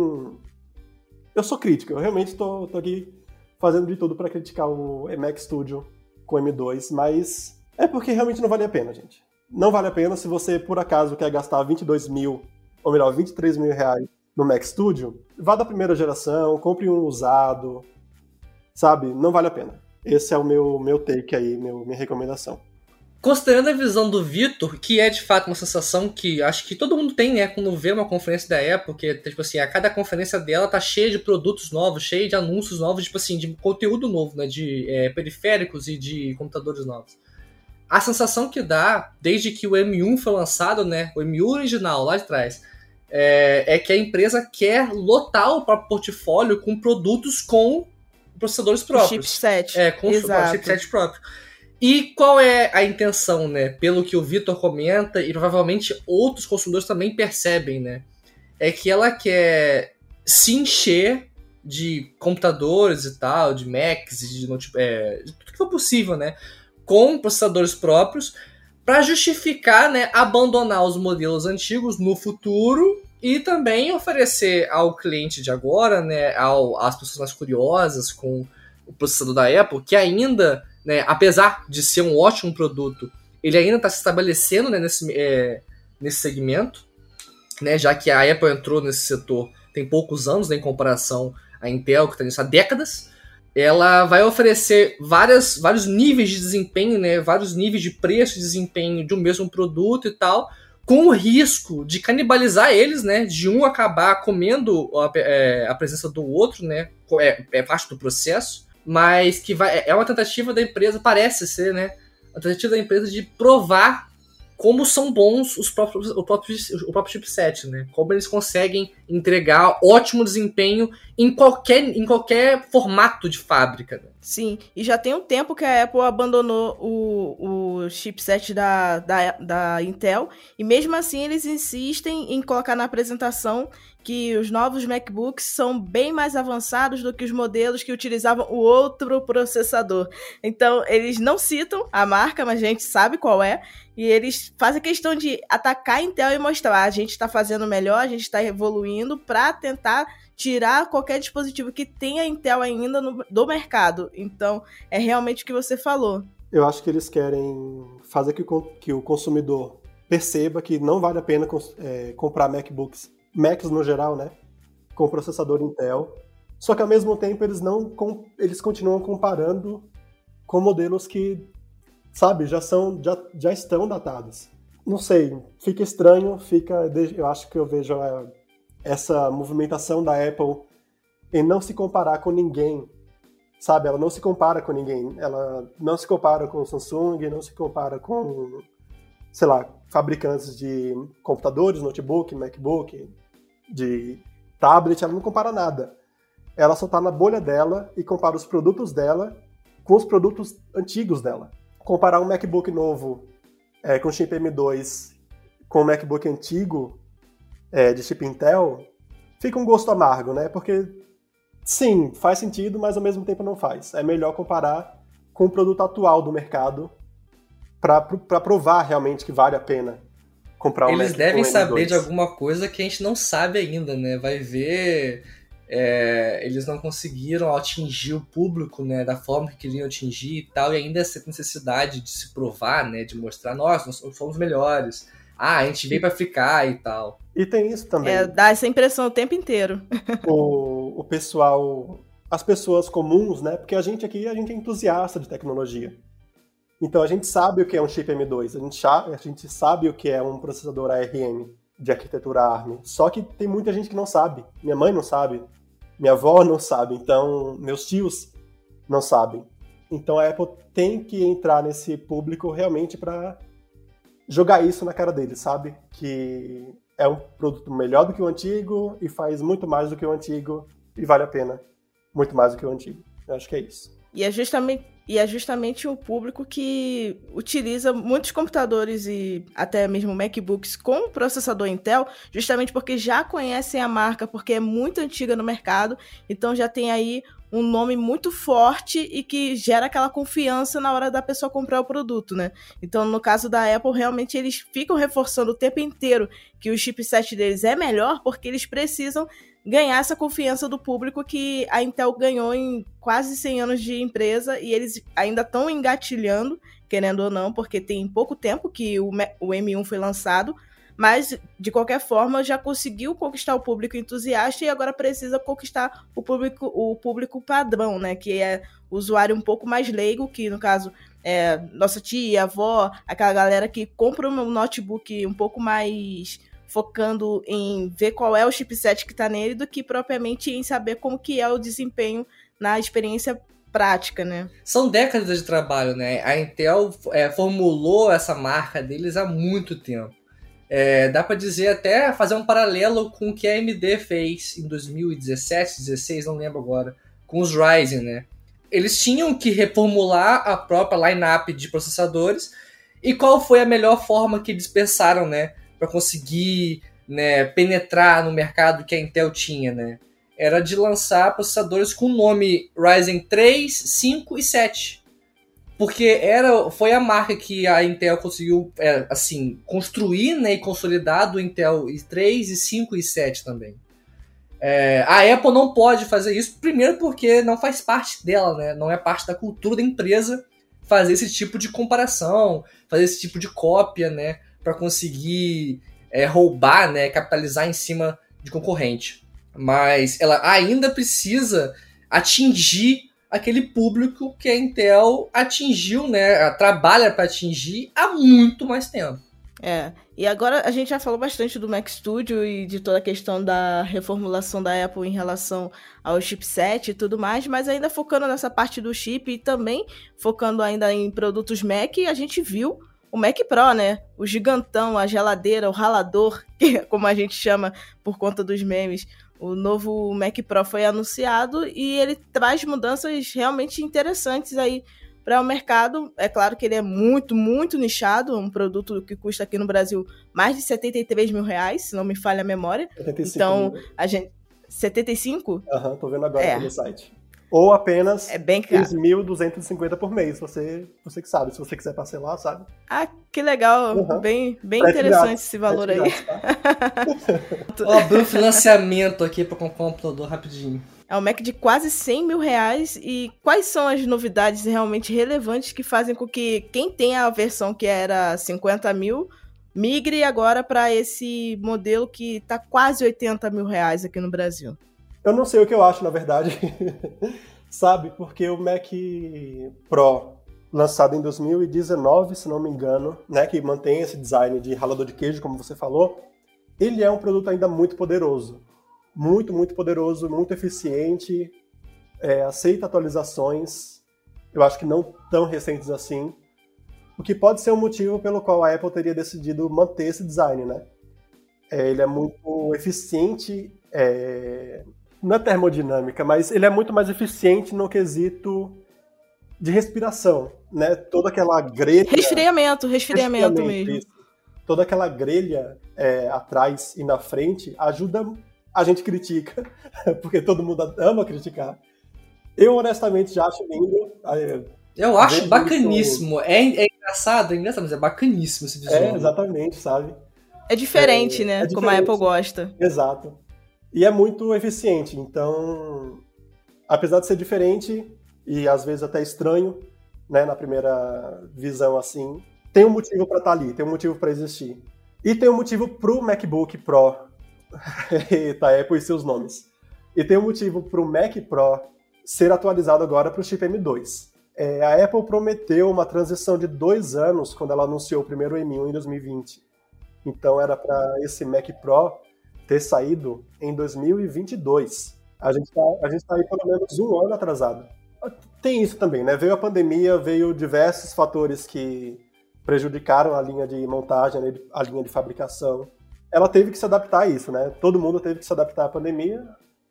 Eu sou crítico, eu realmente estou aqui fazendo de tudo para criticar o Mac Studio com M dois, mas é porque realmente não vale a pena, gente. Não vale a pena se você, por acaso, quer gastar vinte e dois mil, ou melhor, vinte e três mil reais no Mac Studio, vá da primeira geração, compre um usado, sabe? Não vale a pena. Esse é o meu, meu take aí, meu, minha recomendação. Considerando a visão do Vitor, que é de fato uma sensação que acho que todo mundo tem, né, quando vê uma conferência da Apple, que tipo assim, a cada conferência dela tá cheia de produtos novos, cheia de anúncios novos, tipo assim, de conteúdo novo, né, de é, periféricos e de computadores novos. A sensação que dá, desde que o M um foi lançado, né, o M um original lá de trás, é, é que a empresa quer lotar o próprio portfólio com produtos com processadores próprios. Chipset. É, com o chipset próprio. E qual é a intenção, né? Pelo que o Vitor comenta, e provavelmente outros consumidores também percebem, né? É que ela quer se encher de computadores e tal, de Macs, de, é, de tudo que for possível, né? Com processadores próprios, para justificar, né, abandonar os modelos antigos no futuro e também oferecer ao cliente de agora, né, ao, às pessoas mais curiosas com o processador da Apple, que ainda né, apesar de ser um ótimo produto, ele ainda está se estabelecendo, né, nesse, é, nesse segmento, né, já que a Apple entrou nesse setor tem poucos anos, né, em comparação à Intel, que está nisso há décadas. Ela vai oferecer várias, vários níveis de desempenho, né, vários níveis de preço e desempenho de um mesmo produto e tal, com o risco de canibalizar eles, né, de um acabar comendo a, é, a presença do outro, né, é, é parte do processo, mas que vai, é uma tentativa da empresa, parece ser, né, a tentativa da empresa de provar como são bons os próprios, o, próprio, o próprio chipset, né? Como eles conseguem entregar ótimo desempenho em qualquer, em qualquer formato de fábrica. Né? Sim, e já tem um tempo que a Apple abandonou o, o chipset da, da, da Intel, e mesmo assim eles insistem em colocar na apresentação que os novos MacBooks são bem mais avançados do que os modelos que utilizavam o outro processador. Então, eles não citam a marca, mas a gente sabe qual é, e eles fazem questão de atacar a Intel e mostrar, a gente está fazendo melhor, a gente está evoluindo para tentar tirar qualquer dispositivo que tenha Intel ainda no, do mercado. Então, é realmente o que você falou. Eu acho que eles querem fazer que o, que o consumidor perceba que não vale a pena é, comprar MacBooks, Macs no geral, né, com processador Intel. Só que ao mesmo tempo eles não eles continuam comparando com modelos que, sabe, já são já, já estão datados. Não sei, fica estranho, fica, eu acho que eu vejo a, essa movimentação da Apple em não se comparar com ninguém, sabe? Ela não se compara com ninguém. Ela não se compara com o Samsung, não se compara com, sei lá, fabricantes de computadores, notebook, MacBook, de tablet, ela não compara nada. Ela só tá na bolha dela e compara os produtos dela com os produtos antigos dela. Comparar um MacBook novo é, com chip M dois com um MacBook antigo é, de chip Intel, fica um gosto amargo, né? Porque, sim, faz sentido, mas ao mesmo tempo não faz. É melhor comparar com o produto atual do mercado para provar realmente que vale a pena comprar um Eles Mac devem com saber M dois. de alguma coisa que a gente não sabe ainda, né? Vai ver... É, eles não conseguiram atingir o público, né, da forma que queriam atingir e tal, e ainda essa necessidade de se provar, né, de mostrar, nossa, nós somos melhores, ah, a gente veio pra ficar e tal. E tem isso também. É, dá essa impressão o tempo inteiro. O, o pessoal, as pessoas comuns, né, porque a gente aqui, a gente é entusiasta de tecnologia. Então a gente sabe o que é um chip M dois, a gente, a gente sabe o que é um processador A R M de arquitetura A R M. Só que tem muita gente que não sabe. Minha mãe não sabe, minha avó não sabe, então meus tios não sabem. Então a Apple tem que entrar nesse público realmente para jogar isso na cara deles, sabe? Que é um produto melhor do que o antigo e faz muito mais do que o antigo e vale a pena muito mais do que o antigo. Eu acho que é isso. E é justamente, e é justamente o público que utiliza muitos computadores e até mesmo MacBooks com processador Intel, justamente porque já conhecem a marca, porque é muito antiga no mercado, então já tem aí um nome muito forte e que gera aquela confiança na hora da pessoa comprar o produto, né? Então, no caso da Apple, realmente eles ficam reforçando o tempo inteiro que o chipset deles é melhor, porque eles precisam ganhar essa confiança do público que a Intel ganhou em quase cem anos de empresa e eles ainda estão engatilhando, querendo ou não, porque tem pouco tempo que o, o M um foi lançado, mas, de qualquer forma, já conseguiu conquistar o público entusiasta e agora precisa conquistar o público, o público padrão, né? Que é o usuário um pouco mais leigo, que, no caso, é nossa tia, avó, aquela galera que compra um notebook um pouco mais focando em ver qual é o chipset que está nele do que propriamente em saber como que é o desempenho na experiência prática, né? São décadas de trabalho, né? A Intel é, formulou essa marca deles há muito tempo. É, dá para dizer até fazer um paralelo com o que a A M D fez em dois mil e dezessete, dezesseis, não lembro agora, com os Ryzen, né? Eles tinham que reformular a própria line-up de processadores e qual foi a melhor forma que eles pensaram, né? Para conseguir, né, penetrar no mercado que a Intel tinha, né? Era de lançar processadores com o nome Ryzen três, cinco e sete. Porque era, foi a marca que a Intel conseguiu é, assim, construir, né, e consolidar do Intel i três, i cinco e i sete também. É, a Apple não pode fazer isso, primeiro porque não faz parte dela, né? Não é parte da cultura da empresa fazer esse tipo de comparação, fazer esse tipo de cópia, né, para conseguir é, roubar, né, capitalizar em cima de concorrente. Mas ela ainda precisa atingir aquele público que a Intel atingiu, né, trabalha para atingir há muito mais tempo. É, e agora a gente já falou bastante do Mac Studio e de toda a questão da reformulação da Apple em relação ao chipset e tudo mais, mas ainda focando nessa parte do chip e também focando ainda em produtos Mac, a gente viu o Mac Pro, né? O gigantão, a geladeira, o ralador, que é como a gente chama por conta dos memes. O novo Mac Pro foi anunciado e ele traz mudanças realmente interessantes aí para o mercado. É claro que ele é muito, muito nichado, um produto que custa aqui no Brasil mais de setenta e três mil reais, se não me falha a memória. setenta e cinco então, mil. a gente... setenta e cinco? Aham, uhum, tô vendo agora é. aqui no site. Ou apenas é bem caro. três mil duzentos e cinquenta por mês, você, você que sabe. Se você quiser parcelar, sabe? Ah, que legal. Uhum. Bem, bem interessante grátis, esse valor aí. Grátis, tá? Ó, abriu um financiamento aqui para comprar um computador rapidinho. É um Mac de quase cem mil reais. E quais são as novidades realmente relevantes que fazem com que quem tem a versão que era cinquenta mil migre agora para esse modelo que tá quase oitenta mil reais aqui no Brasil? Eu não sei o que eu acho, na verdade, sabe? Porque o Mac Pro, lançado em dois mil e dezenove, se não me engano, né, que mantém esse design de ralador de queijo, como você falou, ele é um produto ainda muito poderoso. Muito, muito poderoso, muito eficiente, é, aceita atualizações, eu acho que não tão recentes assim, o que pode ser um motivo pelo qual a Apple teria decidido manter esse design, né? É, ele é muito eficiente, é, não é termodinâmica, mas ele é muito mais eficiente no quesito de respiração, né? Toda aquela grelha... Resfriamento, resfriamento, resfriamento mesmo. Isso. Toda aquela grelha é, atrás e na frente ajuda... A gente critica, porque todo mundo ama criticar. Eu, honestamente, já acho lindo. Eu acho bacaníssimo. Isso... É, é engraçado, é engraçado, mas é bacaníssimo esse visual. É, exatamente, sabe? É diferente, é, né? É diferente. Como a Apple gosta. Exato. E é muito eficiente. Então, apesar de ser diferente, e às vezes até estranho, né, na primeira visão assim, tem um motivo para estar ali, tem um motivo para existir. E tem um motivo pro MacBook Pro. Eita, Apple e seus nomes. E tem um motivo para o Mac Pro ser atualizado agora para o chip M dois. É, a Apple prometeu uma transição de dois anos quando ela anunciou o primeiro M um em dois mil e vinte. Então era para esse Mac Pro ter saído em dois mil e vinte e dois. A gente está a gente tá aí pelo menos um ano atrasado. Tem isso também, né? Veio a pandemia, veio diversos fatores que prejudicaram a linha de montagem, a linha de fabricação. Ela teve que se adaptar a isso, né? Todo mundo teve que se adaptar à pandemia.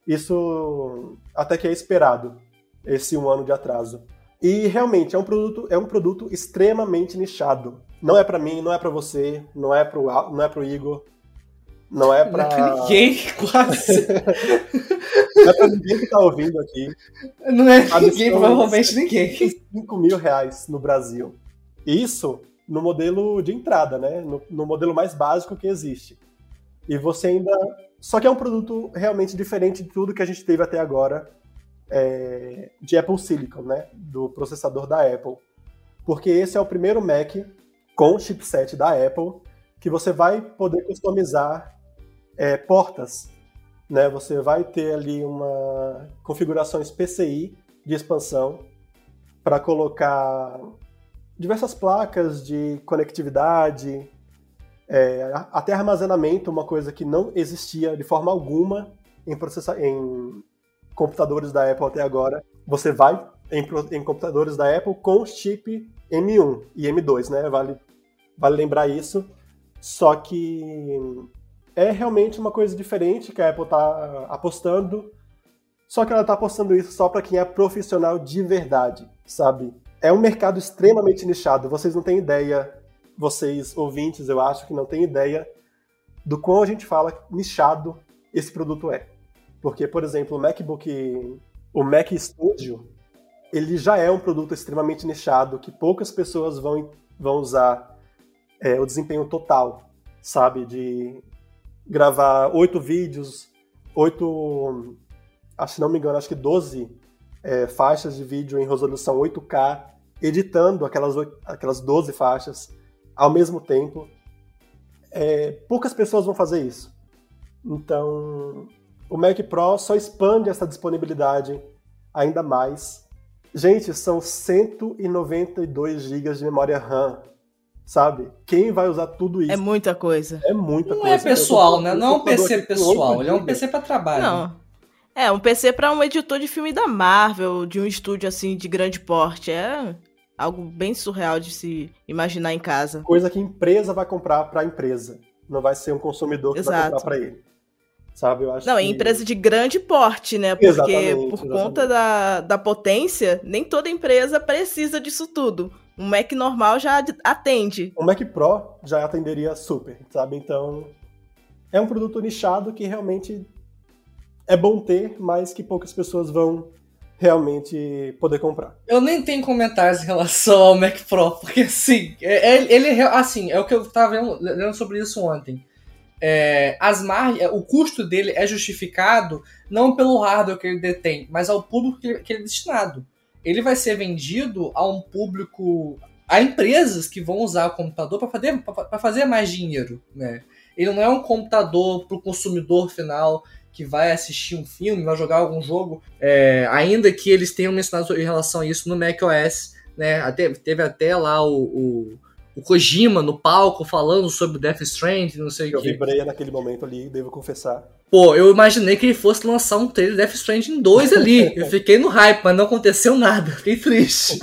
Isso até que é esperado, esse um ano de atraso. E realmente é um produto, é um produto extremamente nichado. Não é pra mim, não é pra você, não é pro, não é pro Igor, não é pra... Não é pra ninguém, quase. Não é pra ninguém que tá ouvindo aqui. Não é pra ninguém, provavelmente ninguém. cinco mil reais no Brasil. Isso no modelo de entrada, né? No, no modelo mais básico que existe. E você ainda... Só que é um produto realmente diferente de tudo que a gente teve até agora é, de Apple Silicon, né? Do processador da Apple. Porque esse é o primeiro Mac com chipset da Apple que você vai poder customizar é, portas, né? Você vai ter ali uma configurações P C I de expansão para colocar diversas placas de conectividade, é, até armazenamento, uma coisa que não existia de forma alguma em, processa- em computadores da Apple até agora. Você vai em, em computadores da Apple com chip M um e M dois, né? Vale, vale lembrar isso. Só que é realmente uma coisa diferente que a Apple está apostando, só que ela está apostando isso só para quem é profissional de verdade, sabe? É um mercado extremamente nichado, vocês não têm ideia, vocês ouvintes, eu acho que não têm ideia do quão a gente fala nichado esse produto é. Porque, por exemplo, o MacBook, o Mac Studio, ele já é um produto extremamente nichado, que poucas pessoas vão, vão usar é, o desempenho total, sabe? De gravar oito vídeos, oito, acho que não me engano, acho que doze é, faixas de vídeo em resolução oito K, editando aquelas, aquelas doze faixas ao mesmo tempo. É, poucas pessoas vão fazer isso. Então, o Mac Pro só expande essa disponibilidade ainda mais. Gente, são cento e noventa e dois gigas de memória RAM, sabe? Quem vai usar tudo isso? É muita coisa. É muita Não coisa. é pessoal, né? Não é um P C aqui pessoal, ele é um gigas. P C pra trabalho. Não. É, um P C pra um editor de filme da Marvel, de um estúdio assim de grande porte. É algo bem surreal de se imaginar em casa. Coisa que a empresa vai comprar para a empresa. Não vai ser um consumidor que Exato. vai comprar para ele. Sabe? Eu acho Não, que... é empresa de grande porte, né? Porque Exatamente, por exatamente. conta da, da potência, nem toda empresa precisa disso tudo. Um Mac normal já ad- atende. O Mac Pro já atenderia super, sabe? Então, é um produto nichado que realmente é bom ter, mas que poucas pessoas vão realmente poder comprar. Eu nem tenho comentários em relação ao Mac Pro, porque assim, é- é- ele é assim, é o que eu tava vendo, lendo sobre isso ontem. É, as mar... O custo dele é justificado não pelo hardware que ele detém, mas ao público que ele, que ele é destinado. Ele vai ser vendido a um público, a empresas que vão usar o computador para fazer, pra fazer mais dinheiro, né? Ele não é um computador para o consumidor final que vai assistir um filme, vai jogar algum jogo, é, ainda que eles tenham mencionado em relação a isso no macOS, né? Até, teve até lá o, o, o Kojima no palco falando sobre Death Stranding, não sei o Eu que. vibrei naquele momento ali, devo confessar. Pô, eu imaginei que ele fosse lançar um trailer Death Stranding dois ali. Eu fiquei no hype, mas não aconteceu nada. Fiquei triste.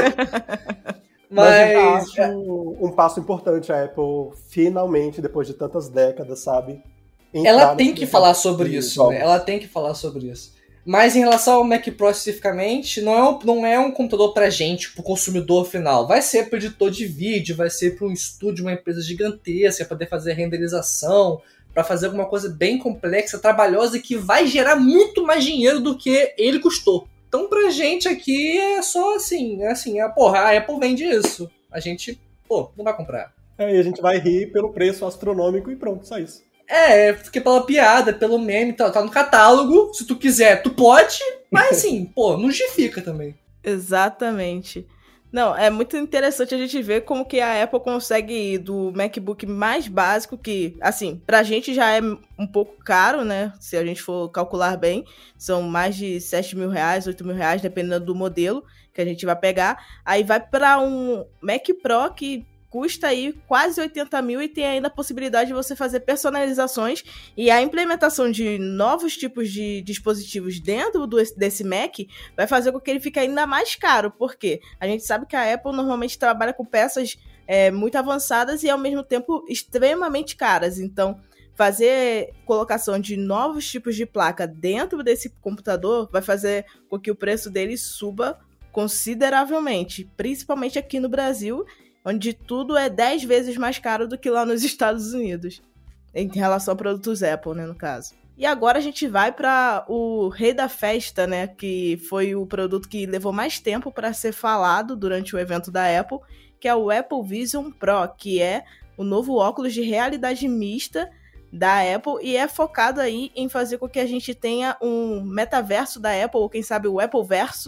Mas eu Mas... acho um passo importante a Apple, finalmente, depois de tantas décadas, sabe? entrar Ela tem nesse que mercado falar sobre de isso, jogos. né? Ela tem que falar sobre isso. Mas em relação ao Mac Pro especificamente, não é um, não é um computador pra gente, pro consumidor final. Vai ser pro editor de vídeo, vai ser para um estúdio, uma empresa gigantesca, para poder fazer renderização, para fazer alguma coisa bem complexa, trabalhosa e que vai gerar muito mais dinheiro do que ele custou. Então pra gente aqui é só assim, é assim, é, porra, a Apple vende isso. A gente, pô, não vai comprar. É, e a gente vai rir pelo preço astronômico e pronto, só isso. É, porque pela piada, pelo meme, tá, tá no catálogo. Se tu quiser, tu pode, mas assim, pô, não justifica também. Exatamente. Não, é muito interessante a gente ver como que a Apple consegue ir do MacBook mais básico, que, assim, pra gente já é um pouco caro, né? Se a gente for calcular bem, são mais de sete mil reais, oito mil reais, dependendo do modelo que a gente vai pegar. Aí vai pra um Mac Pro que custa aí quase oitenta mil e tem ainda a possibilidade de você fazer personalizações e a implementação de novos tipos de dispositivos dentro do, desse Mac vai fazer com que ele fique ainda mais caro, porque a gente sabe que a Apple normalmente trabalha com peças é, muito avançadas e ao mesmo tempo extremamente caras, então fazer colocação de novos tipos de placa dentro desse computador vai fazer com que o preço dele suba consideravelmente, principalmente aqui no Brasil, onde tudo é dez vezes mais caro do que lá nos Estados Unidos, em relação a produtos Apple, né, no caso. E agora a gente vai para o rei da festa, né, que foi o produto que levou mais tempo para ser falado durante o evento da Apple, que é o Apple Vision Pro, que é o novo óculos de realidade mista da Apple e é focado aí em fazer com que a gente tenha um metaverso da Apple, ou quem sabe o Appleverso,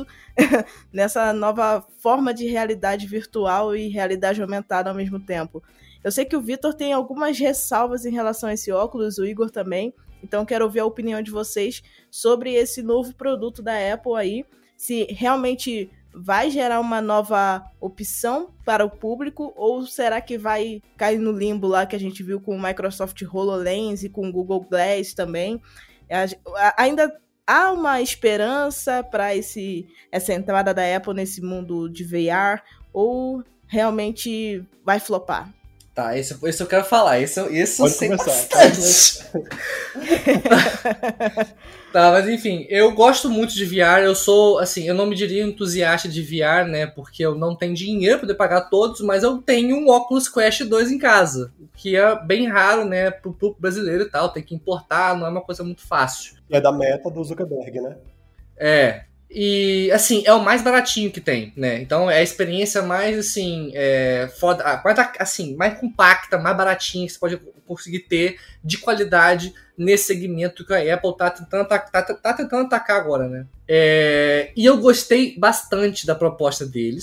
nessa nova forma de realidade virtual e realidade aumentada ao mesmo tempo. Eu sei que o Vitor tem algumas ressalvas em relação a esse óculos, o Igor também, então quero ouvir a opinião de vocês sobre esse novo produto da Apple aí, se realmente vai gerar uma nova opção para o público ou será que vai cair no limbo lá que a gente viu com o Microsoft HoloLens e com o Google Glass também? Ainda há uma esperança para esse essa entrada da Apple nesse mundo de V R ou realmente vai flopar? Tá, isso, isso eu quero falar. Isso, isso Pode eu sei começar, bastante. Tá, mas enfim, eu gosto muito de V R. Eu sou, assim, eu não me diria entusiasta de V R, né? Porque eu não tenho dinheiro para poder pagar todos, mas eu tenho um Oculus Quest dois em casa. O que é bem raro, né? Pro público brasileiro e tal. Tem que importar, não é uma coisa muito fácil. É da meta do Zuckerberg, né? É. E, assim, é o mais baratinho que tem, né? Então, é a experiência mais, assim, é, foda, mais, assim, mais compacta, mais baratinha que você pode conseguir ter de qualidade nesse segmento que a Apple tá tentando, tá, tá, tá tentando atacar agora, né? É, e eu gostei bastante da proposta deles.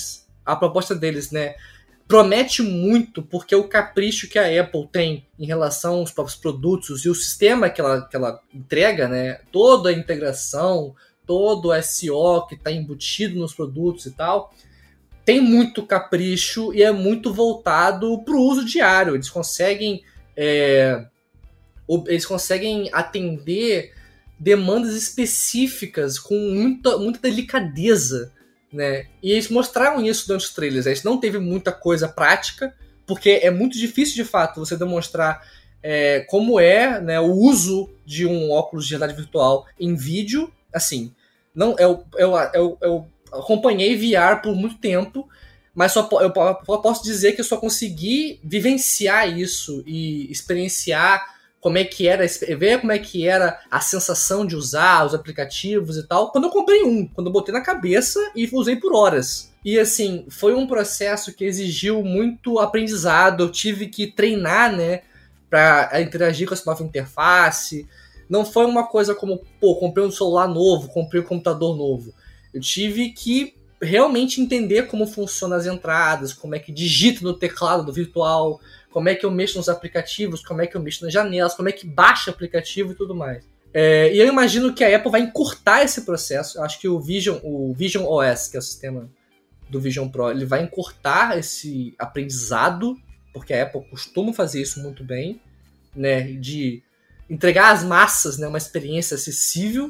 a proposta deles, né, promete muito, porque o capricho que a Apple tem em relação aos próprios produtos e o sistema que ela, que ela entrega, né, toda a integração, todo o S E O que está embutido nos produtos e tal, tem muito capricho e é muito voltado para o uso diário. Eles conseguem, é, eles conseguem atender demandas específicas com muita, muita delicadeza, né? E eles mostraram isso durante os trailers. A gente não teve muita coisa prática, porque é muito difícil, de fato, você demonstrar é, como é, né, o uso de um óculos de realidade virtual em vídeo. Assim, não, eu, eu, eu, eu acompanhei V R por muito tempo, mas só, eu, eu posso dizer que eu só consegui vivenciar isso e experienciar como é que era, ver como é que era a sensação de usar os aplicativos e tal, quando eu comprei um, quando eu botei na cabeça e usei por horas. E assim, foi um processo que exigiu muito aprendizado, eu tive que treinar, né, para interagir com essa nova interface. Não foi uma coisa como, pô, comprei um celular novo, comprei um computador novo. Eu tive que realmente entender como funcionam as entradas, como é que digita no teclado do virtual, como é que eu mexo nos aplicativos, como é que eu mexo nas janelas, como é que baixa aplicativo e tudo mais. É, e eu imagino que a Apple vai encurtar esse processo. Eu acho que o Vision, o Vision O S, que é o sistema do Vision Pro, ele vai encurtar esse aprendizado, porque a Apple costuma fazer isso muito bem, né, de entregar às massas, né, uma experiência acessível.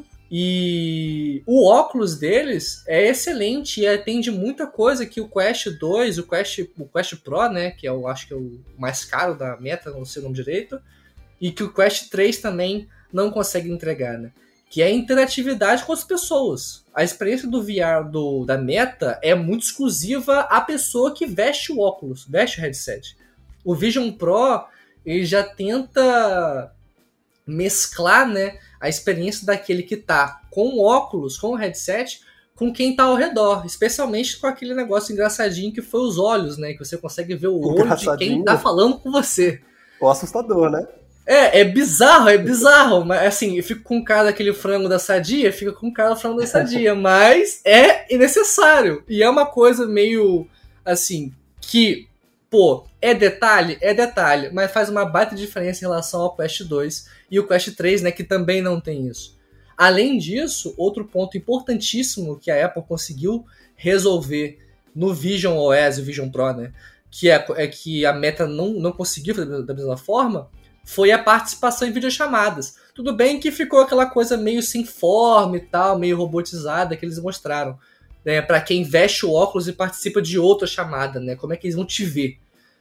E o óculos deles é excelente e atende muita coisa que o Quest dois, o Quest, o Quest Pro, né, que eu acho que é o mais caro da Meta, não sei o nome direito, e que o Quest três também não consegue entregar, né, que é a interatividade com as pessoas. A experiência do V R do, da Meta é muito exclusiva à pessoa que veste o óculos, veste o headset. O Vision Pro, ele já tenta mesclar, né, a experiência daquele que tá com o óculos, com o headset, com quem tá ao redor, especialmente com aquele negócio engraçadinho que foi os olhos, né, que você consegue ver o olho de quem tá falando com você. O assustador, né? É, é bizarro, é bizarro, mas assim, eu fico com o cara daquele frango da Sadia, fica com o cara do frango da Sadia, mas é necessário, e é uma coisa meio, assim, que, pô, é detalhe? É detalhe, mas faz uma baita diferença em relação ao Quest dois e o Quest três, né, que também não tem isso. Além disso, outro ponto importantíssimo que a Apple conseguiu resolver no Vision O S e o Vision Pro, né, que é, é que a Meta não, não conseguiu fazer da mesma forma, foi a participação em videochamadas. Tudo bem que ficou aquela coisa meio sem forma e tal, meio robotizada que eles mostraram, né, para quem veste o óculos e participa de outra chamada, né, como é que eles vão te ver.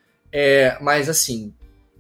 É, mas assim,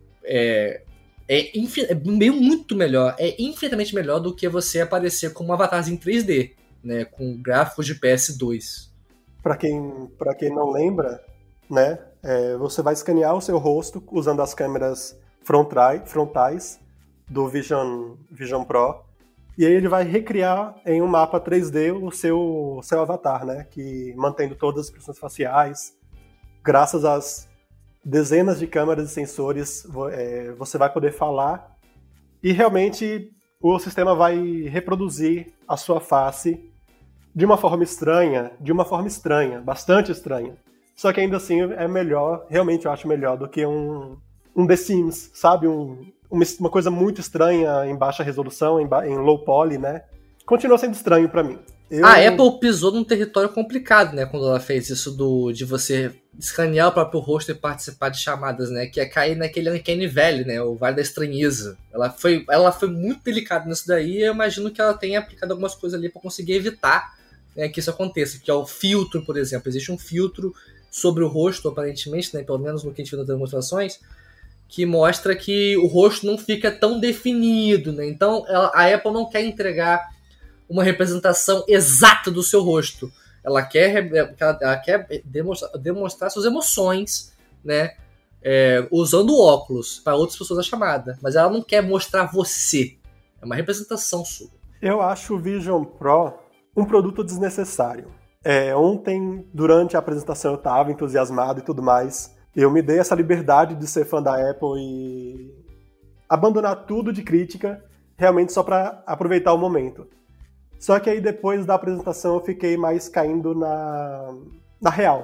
é, é, infin- é meio muito melhor, é infinitamente melhor do que você aparecer com um avatarzinho em três D, né, com gráficos de P S dois. Para quem, para quem não lembra, né, é, você vai escanear o seu rosto usando as câmeras frontais, frontais do Vision, Vision Pro, e aí ele vai recriar em um mapa três D o seu, seu avatar, né, que mantendo todas as expressões faciais, graças às dezenas de câmeras e sensores, é, você vai poder falar e realmente o sistema vai reproduzir a sua face de uma forma estranha, de uma forma estranha, bastante estranha. Só que ainda assim é melhor, realmente eu acho melhor do que um, um The Sims, sabe? Um, uma, uma coisa muito estranha em baixa resolução, em, ba- em low poly, né? Continua sendo estranho pra mim. Eu... A Apple pisou num território complicado, né, quando ela fez isso do, de você escanear o próprio rosto e participar de chamadas, né, que é cair naquele Uncanny Valley, né, o Vale da Estranheza. Ela foi, ela foi muito delicada nisso daí e eu imagino que ela tenha aplicado algumas coisas ali para conseguir evitar, né, que isso aconteça, que é o filtro, por exemplo. Existe um filtro sobre o rosto, aparentemente, né, pelo menos no que a gente viu nas demonstrações, que mostra que o rosto não fica tão definido, né, então ela, a Apple não quer entregar uma representação exata do seu rosto. Ela quer, ela, ela quer demonstrar, demonstrar suas emoções, né, é, usando óculos para outras pessoas da chamada. Mas ela não quer mostrar você. É uma representação sua. Eu acho o Vision Pro um produto desnecessário. É, ontem, durante a apresentação, eu estava entusiasmado e tudo mais. Eu me dei essa liberdade de ser fã da Apple e abandonar tudo de crítica, realmente só para aproveitar o momento. Só que aí depois da apresentação eu fiquei mais caindo na, na real.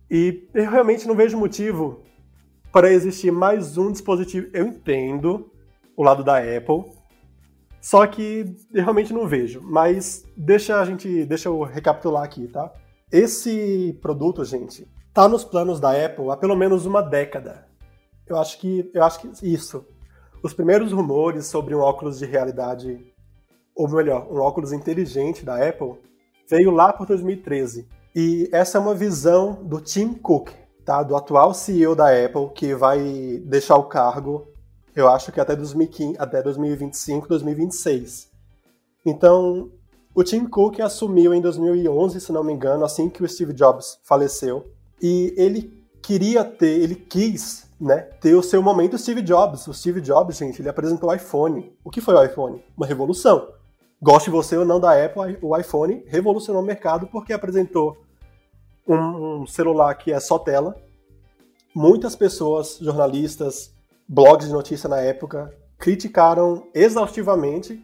E eu realmente não vejo motivo para existir mais um dispositivo. Eu entendo o lado da Apple, só que eu realmente não vejo. Mas deixa a gente, deixa eu recapitular aqui, tá? Esse produto, gente, tá nos planos da Apple há pelo menos uma década. Eu acho que, eu acho que isso. Os primeiros rumores sobre um óculos de realidade, ou melhor, um óculos inteligente da Apple, veio lá por dois mil e treze. E essa é uma visão do Tim Cook, tá? Do atual C E O da Apple, que vai deixar o cargo, eu acho que até, dois mil e quinze, até dois mil e vinte e cinco, dois mil e vinte e seis. Então, o Tim Cook assumiu em dois mil e onze, se não me engano, assim que o Steve Jobs faleceu. E ele queria ter, ele quis, né, ter o seu momento Steve Jobs. O Steve Jobs, gente, ele apresentou o iPhone. O que foi o iPhone? Uma revolução. Goste você ou não da Apple, o iPhone revolucionou o mercado porque apresentou um, um celular que é só tela. Muitas pessoas, jornalistas, blogs de notícia na época, criticaram exaustivamente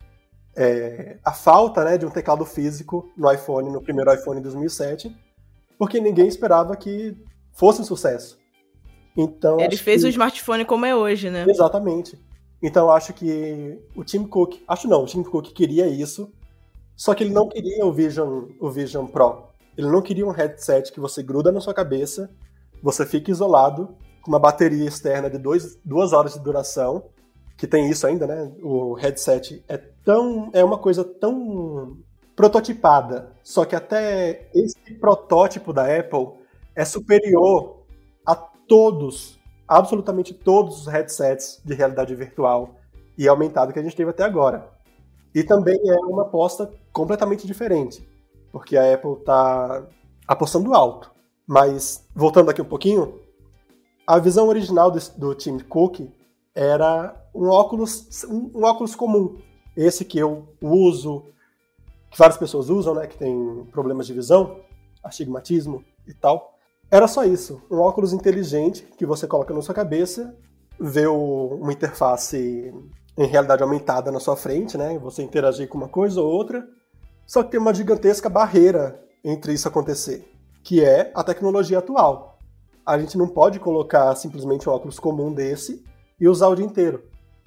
é, a falta, né, de um teclado físico no iPhone, no primeiro iPhone de dois mil e sete, porque ninguém esperava que fosse um sucesso. Então, ele fez que... o smartphone como é hoje, né? Exatamente. Então, acho que o Tim Cook... Acho não, o Tim Cook queria isso, só que ele não queria o Vision, o Vision Pro. Ele não queria um headset que você gruda na sua cabeça, você fica isolado, com uma bateria externa de dois, duas horas de duração, que tem isso ainda, né? O headset é tão... é uma coisa tão prototipada, só que até esse protótipo da Apple é superior a todos, absolutamente todos os headsets de realidade virtual e aumentada que a gente teve até agora. E também é uma aposta completamente diferente, porque a Apple está apostando alto. Mas, voltando aqui um pouquinho, a visão original do, do Tim Cook era um óculos, um, um óculos comum. Esse que eu uso, que várias pessoas usam, né, que tem problemas de visão, astigmatismo e tal. Era só isso, um óculos inteligente que você coloca na sua cabeça, vê o, uma interface em realidade aumentada na sua frente, né? Você interagir com uma coisa ou outra, só que tem uma gigantesca barreira entre isso acontecer, que é a tecnologia atual. A gente não pode colocar simplesmente um óculos comum desse e usar o dia inteiro,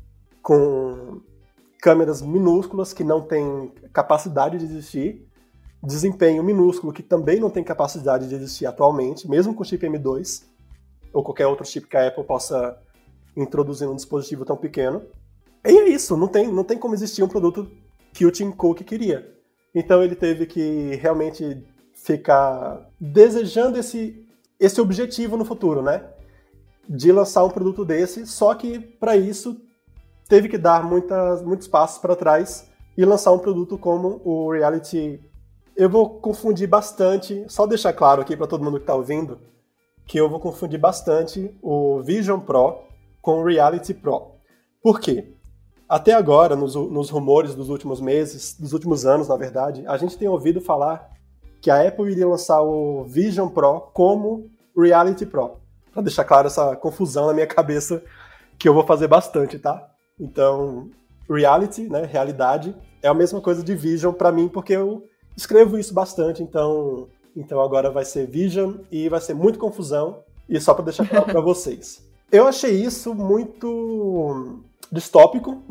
com câmeras minúsculas que não têm capacidade de existir, desempenho minúsculo que também não tem capacidade de existir atualmente, mesmo com chip M dois, ou qualquer outro chip que a Apple possa introduzir num dispositivo tão pequeno. E é isso, não tem, não tem como existir um produto que o Tim Cook queria. Então ele teve que realmente ficar desejando esse, esse objetivo no futuro, né? De lançar um produto desse, só que para isso teve que dar muitas, muitos passos para trás e lançar um produto como o Reality. Eu vou confundir bastante, só deixar claro aqui para todo mundo que está ouvindo, que eu vou confundir bastante o Vision Pro com o Reality Pro. Por quê? Até agora, nos, nos rumores dos últimos meses, dos últimos anos, na verdade, a gente tem ouvido falar que a Apple iria lançar o Vision Pro como Reality Pro. Para deixar claro essa confusão na minha cabeça, que eu vou fazer bastante, tá? Então, Reality, né, realidade, é a mesma coisa de Vision para mim, porque eu escrevo isso bastante, então, então agora vai ser Vision e vai ser muito confusão, e só para deixar claro para vocês. Eu achei isso muito distópico,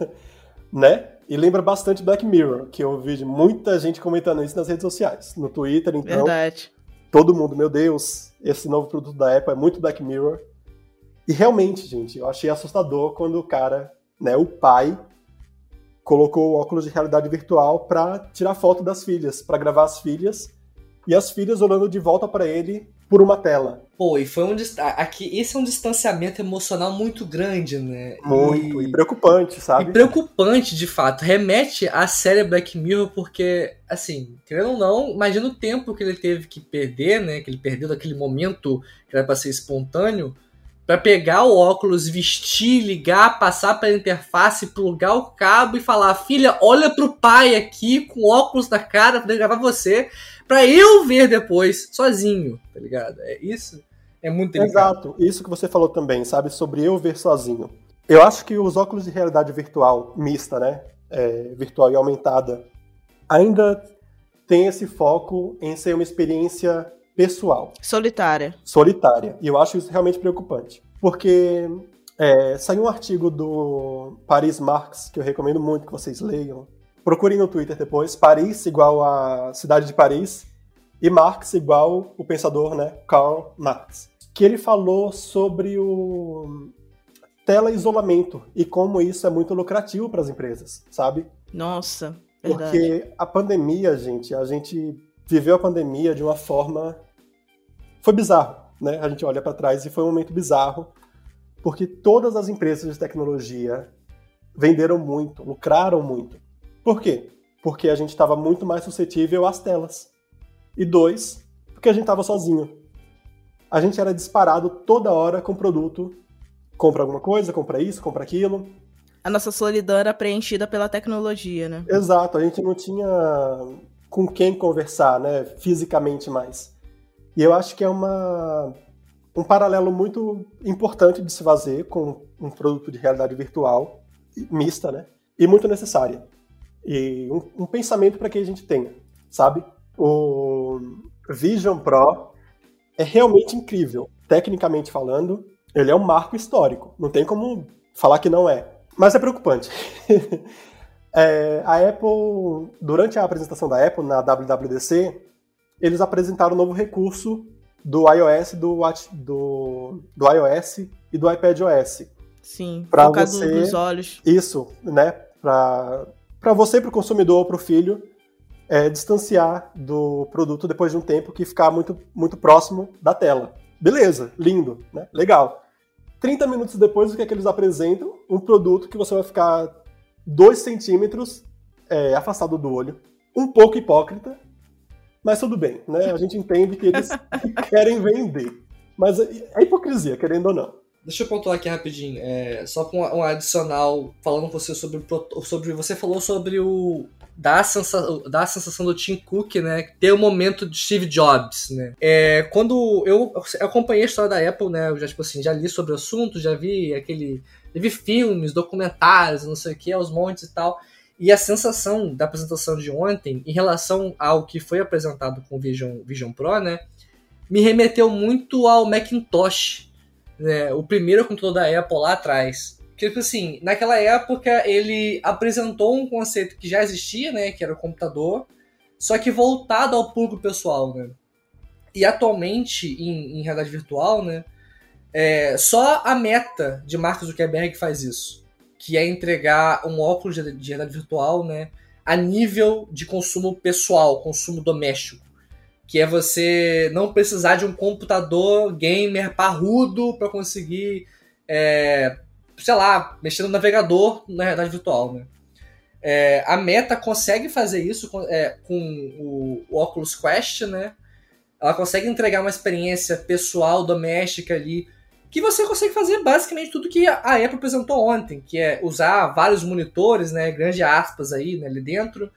né? E lembra bastante Black Mirror, que eu vi muita gente comentando isso nas redes sociais. No Twitter, então. Verdade. Todo mundo, meu Deus, esse novo produto da Apple é muito Black Mirror. E realmente, gente, eu achei assustador quando o cara, né, o pai, colocou o óculos de realidade virtual para tirar foto das filhas, para gravar as filhas, e as filhas olhando de volta para ele por uma tela. Pô, e foi um aqui esse é um distanciamento emocional muito grande, né? Muito, e, e preocupante, sabe? E preocupante, de fato. Remete à série Black Mirror, porque, assim, querendo ou não, imagina o tempo que ele teve que perder, né? Que ele perdeu daquele momento que era pra ser espontâneo, pra pegar o óculos, vestir, ligar, passar pela interface, plugar o cabo e falar: filha, olha pro pai aqui com óculos na cara pra poder gravar você, pra eu ver depois, sozinho, tá ligado? É isso, é muito delicado. Exato, isso que você falou também, sabe, sobre eu ver sozinho. Eu acho que os óculos de realidade virtual mista, né, é, virtual e aumentada, ainda tem esse foco em ser uma experiência pessoal. Solitária. Solitária. E eu acho isso realmente preocupante. Porque é, saiu um artigo do Paris Marx, que eu recomendo muito que vocês leiam. Procurem no Twitter depois. Paris igual a cidade de Paris e Marx igual o pensador, né, Karl Marx. Que ele falou sobre o tela-isolamento e como isso é muito lucrativo para as empresas, sabe? Nossa, verdade. Porque a pandemia, gente, a gente viveu a pandemia de uma forma... Foi bizarro, né? A gente olha para trás e foi um momento bizarro, porque todas as empresas de tecnologia venderam muito, lucraram muito. Por quê? Porque a gente estava muito mais suscetível às telas. E dois, porque a gente estava sozinho. A gente era disparado toda hora com produto. Compra alguma coisa, compra isso, compra aquilo. A nossa solidão era preenchida pela tecnologia, né? Exato, a gente não tinha com quem conversar, né, fisicamente mais. E eu acho que é uma, um paralelo muito importante de se fazer com um produto de realidade virtual, mista, né, e muito necessária. E um, um pensamento para que a gente tenha, sabe? O Vision Pro é realmente incrível, tecnicamente falando. Ele é um marco histórico, não tem como falar que não é. Mas é preocupante. é, a Apple, durante a apresentação da Apple na W W D C, eles apresentaram um novo recurso do iOS, do, Watch, do, do iOS e do iPadOS. Sim, pra focado você, nos olhos. Isso, né? Para você, para o consumidor ou para o filho, é, distanciar do produto depois de um tempo que ficar muito, muito próximo da tela. Beleza, lindo, né? Legal. trinta minutos depois, o que é que eles apresentam? Um produto que você vai ficar dois centímetros é, afastado do olho. Um pouco hipócrita, mas tudo bem, né? A gente entende que eles querem vender. Mas é hipocrisia, querendo ou não. Deixa eu pontuar aqui rapidinho, é, só com um adicional, falando com você sobre, sobre... Você falou sobre o... Dá a, sensação, dá a sensação do Tim Cook, né? Ter o momento de Steve Jobs, né? É, quando eu, eu acompanhei a história da Apple, né? Eu já, tipo assim, já li sobre o assunto, já vi aquele... Já vi filmes, documentários, não sei o que, aos montes e tal. E a sensação da apresentação de ontem, em relação ao que foi apresentado com o Vision, Vision Pro, né? Me remeteu muito ao Macintosh, né? O primeiro computador da Apple lá atrás. Porque, tipo assim, naquela época ele apresentou um conceito que já existia, né, que era o computador, só que voltado ao público pessoal, né. E atualmente, em, em realidade virtual, né, é, só a Meta de Mark Zuckerberg faz isso, que é entregar um óculos de, de realidade virtual, né, a nível de consumo pessoal, consumo doméstico, que é você não precisar de um computador gamer parrudo para conseguir... É, sei lá, mexer no navegador na realidade virtual, né? É, a Meta consegue fazer isso com, é, com o, o Oculus Quest, né? Ela consegue entregar uma experiência pessoal, doméstica ali, que você consegue fazer basicamente tudo que a Apple apresentou ontem, que é usar vários monitores, né? Grande aspas aí, né, ali dentro,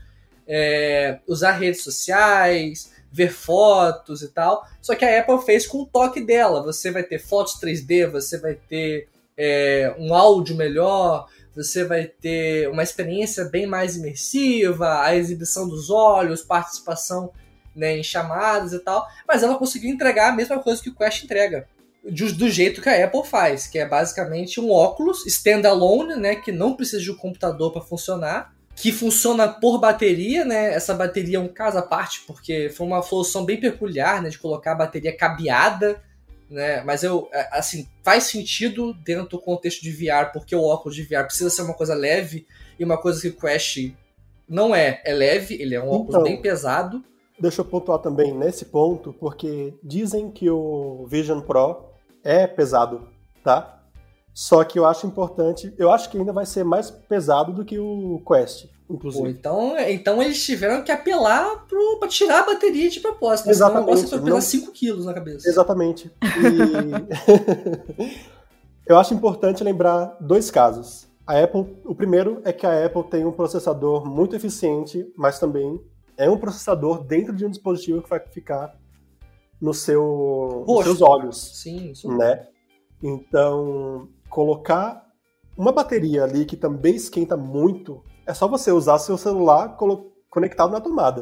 é, usar redes sociais, ver fotos e tal. Só que a Apple fez com o toque dela. Você vai ter fotos três D, você vai ter É, um áudio melhor, você vai ter uma experiência bem mais imersiva, a exibição dos olhos, participação, né, em chamadas e tal, mas ela conseguiu entregar a mesma coisa que o Quest entrega, do, do jeito que a Apple faz, que é basicamente um óculos standalone, né, que não precisa de um computador para funcionar, que funciona por bateria, né? Essa bateria é um caso à parte, porque foi uma solução bem peculiar, né, de colocar a bateria cabeada, né? Mas eu, assim, faz sentido dentro do contexto de V R, porque o óculos de V R precisa ser uma coisa leve e uma coisa que o Quest não é. É leve, ele é um óculos então, bem pesado. Deixa eu pontuar também nesse ponto, porque dizem que o Vision Pro é pesado, tá? Só que eu acho importante, eu acho que ainda vai ser mais pesado do que o Quest, inclusive. Pô, então, então eles tiveram que apelar pro, pra tirar a bateria de propósito. Exatamente. Senão o negócio foi pegar cinco quilos na cabeça. Exatamente. E eu acho importante lembrar dois casos. A Apple, o primeiro é que a Apple tem um processador muito eficiente, mas também é um processador dentro de um dispositivo que vai ficar no seu, nos seus olhos. Sim, isso. Né? Então, colocar uma bateria ali que também esquenta muito, é só você usar seu celular conectado na tomada.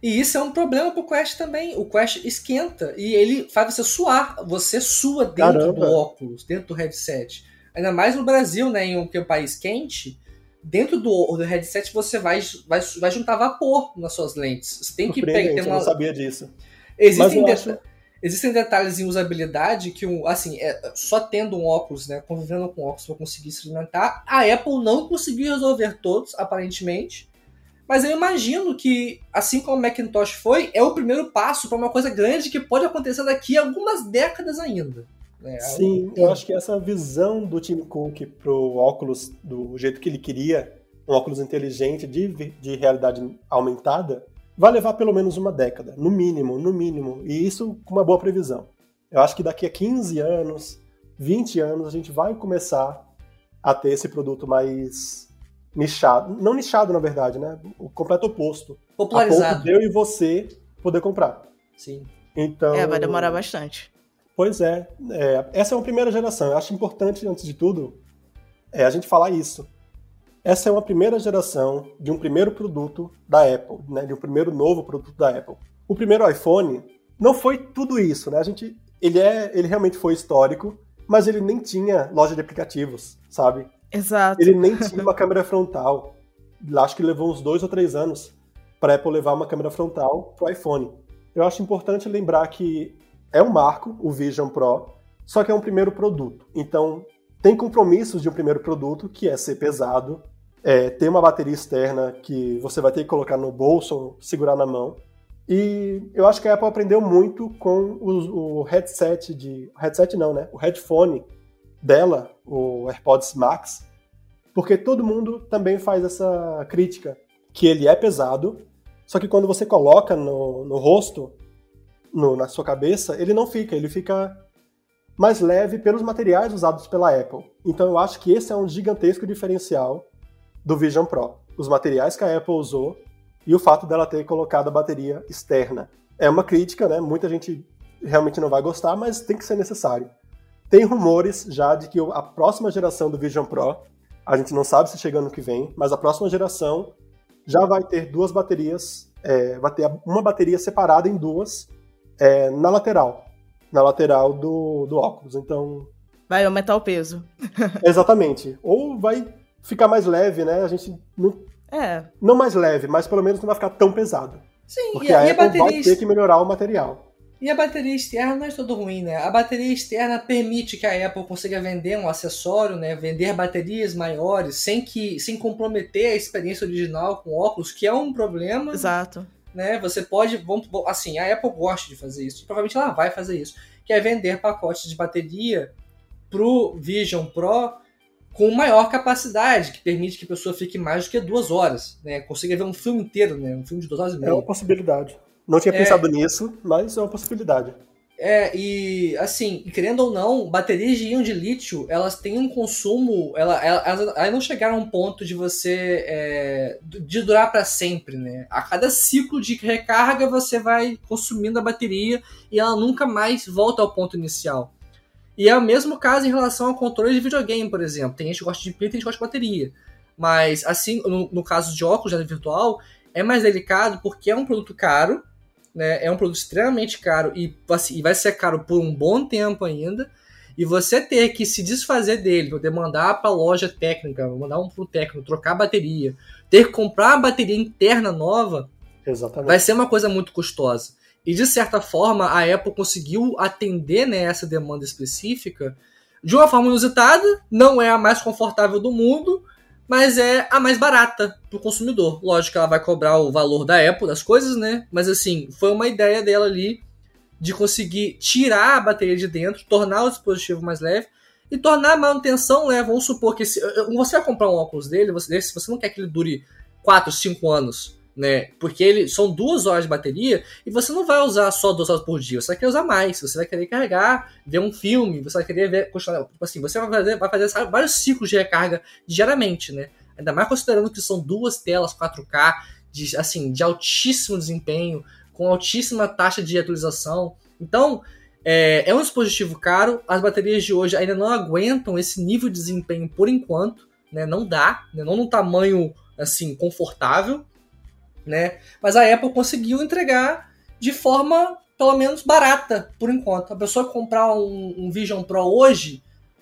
E isso é um problema pro Quest também. O Quest esquenta e ele faz você suar. Você sua dentro Caramba. do óculos, dentro do headset. Ainda mais no Brasil, né, em um, que é um país quente. Dentro do, do headset você vai, vai, vai juntar vapor nas suas lentes. Você tem que pegar. Tem uma... Eu não sabia disso. Existem, de... acho... Existem detalhes em usabilidade que, assim, é, só tendo um óculos, né, convivendo com óculos para conseguir experimentar, a Apple não conseguiu resolver todos, aparentemente. Mas eu imagino que, assim como o Macintosh foi, é o primeiro passo para uma coisa grande que pode acontecer daqui a algumas décadas ainda. Né? Sim, eu acho que essa visão do Tim Cook pro óculos do jeito que ele queria, um óculos inteligente de, de realidade aumentada, vai levar pelo menos uma década, no mínimo, no mínimo, e isso com uma boa previsão. Eu acho que daqui a quinze anos, vinte anos, a gente vai começar a ter esse produto mais nichado, não nichado na verdade, né? O completo oposto. Popularizado. A ponto de eu e você poder comprar. Sim. Então, é, vai demorar bastante. Pois é, é, essa é uma primeira geração. Eu acho importante, antes de tudo, é, a gente falar isso. Essa é uma primeira geração de um primeiro produto da Apple, né, de um primeiro novo produto da Apple. O primeiro iPhone não foi tudo isso, né? A gente, ele, é, ele realmente foi histórico, mas ele nem tinha loja de aplicativos, sabe? Exato. Ele nem tinha uma câmera frontal. Acho que levou uns dois ou três anos para a Apple levar uma câmera frontal para o iPhone. Eu acho importante lembrar que é um marco, o Vision Pro, só que é um primeiro produto. Então, tem compromissos de um primeiro produto, que é ser pesado, é, ter uma bateria externa que você vai ter que colocar no bolso ou segurar na mão. E eu acho que a Apple aprendeu muito com o, o headset de... Headset não, né? O headphone dela, o AirPods Max, porque todo mundo também faz essa crítica, que ele é pesado, só que quando você coloca no, no rosto, no, na sua cabeça, ele não fica, ele fica mais leve pelos materiais usados pela Apple. Então eu acho que esse é um gigantesco diferencial do Vision Pro. Os materiais que a Apple usou e o fato dela ter colocado a bateria externa. É uma crítica, né? Muita gente realmente não vai gostar, mas tem que ser necessário. Tem rumores já de que a próxima geração do Vision Pro, a gente não sabe se chega ano que vem, mas a próxima geração já vai ter duas baterias, é, vai ter uma bateria separada em duas, é, na lateral, na lateral do, do óculos. Então, vai aumentar o peso. Exatamente. Ou vai ficar mais leve, né? A gente não, é. não mais leve, mas pelo menos não vai ficar tão pesado. Sim, porque e a, a e Apple a bateria vai ter que melhorar o material. E a bateria externa não é tudo ruim, né? A bateria externa permite que a Apple consiga vender um acessório, né? Vender baterias maiores, sem, que, sem comprometer a experiência original com óculos, que é um problema. Exato. Né? Você pode... Vamos, assim, a Apple gosta de fazer isso. Provavelmente ela vai fazer isso. Que é vender pacotes de bateria pro Vision Pro com maior capacidade, que permite que a pessoa fique mais do que duas horas, né? Consiga ver um filme inteiro, né? Um filme de duas horas e meia. É uma possibilidade. Não tinha é, pensado nisso, mas é uma possibilidade. É, e assim, querendo ou não, baterias de íon de lítio, elas têm um consumo, ela, elas, elas não chegaram a um ponto de você, é, de durar para sempre, né? A cada ciclo de recarga você vai consumindo a bateria e ela nunca mais volta ao ponto inicial. E é o mesmo caso em relação ao controle de videogame, por exemplo. Tem gente que gosta de pilha, tem gente que gosta de bateria. Mas, assim, no, no caso de óculos de realidade virtual, é mais delicado porque é um produto caro, né? É um produto extremamente caro e, assim, e vai ser caro por um bom tempo ainda. E você ter que se desfazer dele, poder mandar para a loja técnica, mandar um pro técnico, trocar a bateria, ter que comprar a bateria interna nova, Exatamente. Vai ser uma coisa muito custosa. E, de certa forma, a Apple conseguiu atender, né, essa demanda específica de uma forma inusitada. Não é a mais confortável do mundo, mas é a mais barata para o consumidor. Lógico que ela vai cobrar o valor da Apple, das coisas, né? Mas, assim, foi uma ideia dela ali de conseguir tirar a bateria de dentro, tornar o dispositivo mais leve e tornar a manutenção leve. Vamos supor que se você vai comprar um óculos dele, você, se você não quer que ele dure quatro, cinco anos, né? Porque ele, são duas horas de bateria e você não vai usar só duas horas por dia, você vai querer usar mais, você vai querer carregar, ver um filme, você vai querer ver, tipo assim, você vai fazer, vai fazer sabe, vários ciclos de recarga diariamente, né? Ainda mais considerando que são duas telas quatro K, de, assim, de altíssimo desempenho, com altíssima taxa de atualização. Então, é, é um dispositivo caro, as baterias de hoje ainda não aguentam esse nível de desempenho por enquanto, né? Não dá, né? Não num tamanho assim, confortável. né? Mas a Apple conseguiu entregar de forma, pelo menos, barata, por enquanto. A pessoa comprar um, um Vision Pro hoje,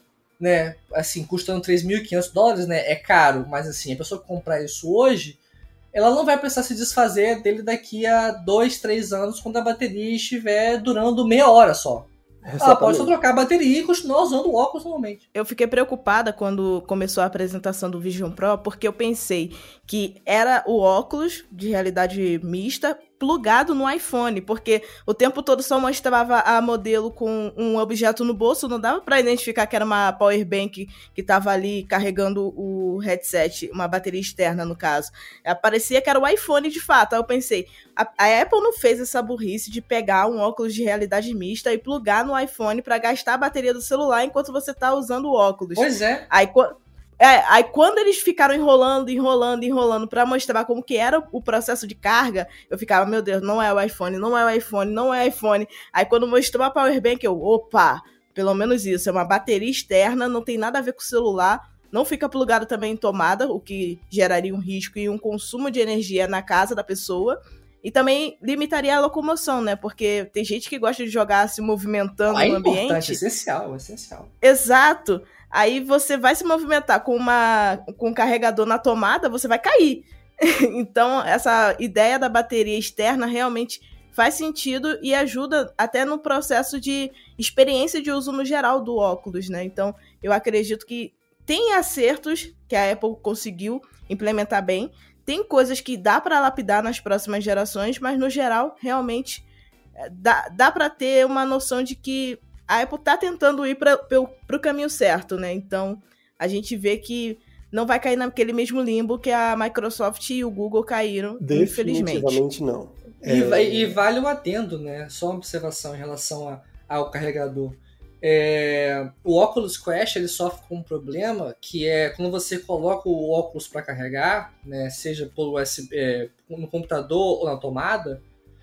né, assim, custando três mil e quinhentos dólares, né, é caro, mas assim, a pessoa que comprar isso hoje, ela não vai precisar se desfazer dele daqui a dois, três anos, quando a bateria estiver durando meia hora só. Exatamente. Ela pode só trocar a bateria e continuar usando o óculos normalmente. Eu fiquei preocupada quando começou a apresentação do Vision Pro, porque eu pensei que era o óculos de realidade mista plugado no iPhone, porque o tempo todo só mostrava a modelo com um objeto no bolso, não dava para identificar que era uma power bank que estava ali carregando o headset, uma bateria externa no caso. Parecia que era o iPhone de fato. Aí eu pensei, a, a Apple não fez essa burrice de pegar um óculos de realidade mista e plugar no iPhone para gastar a bateria do celular enquanto você está usando o óculos. Pois é. Aí quando É, aí quando eles ficaram enrolando, enrolando, enrolando pra mostrar como que era o processo de carga, eu ficava, meu Deus, não é o iPhone, não é o iPhone, não é o iPhone. Aí quando mostrou a Powerbank, eu, opa, pelo menos isso, é uma bateria externa, não tem nada a ver com o celular, não fica plugado também em tomada, o que geraria um risco e um consumo de energia na casa da pessoa. E também limitaria a locomoção, né? Porque tem gente que gosta de jogar se movimentando ah, no é ambiente. É importante, essencial, essencial. Exato. Aí você vai se movimentar com, uma, com um carregador na tomada, você vai cair. Então, essa ideia da bateria externa realmente faz sentido e ajuda até no processo de experiência de uso no geral do óculos, né? Então, eu acredito que tem acertos que a Apple conseguiu implementar bem, tem coisas que dá para lapidar nas próximas gerações, mas no geral, realmente, dá, dá para ter uma noção de que a Apple tá tentando ir para o caminho certo, né? Então, a gente vê que não vai cair naquele mesmo limbo que a Microsoft e o Google caíram, infelizmente. Definitivamente não. É... E, e vale um adendo, né? Só uma observação em relação a, ao carregador. É... O Oculus Quest, ele sofre com um problema que é quando você coloca o óculos para carregar, né? Seja por U S B, é, no computador ou na tomada,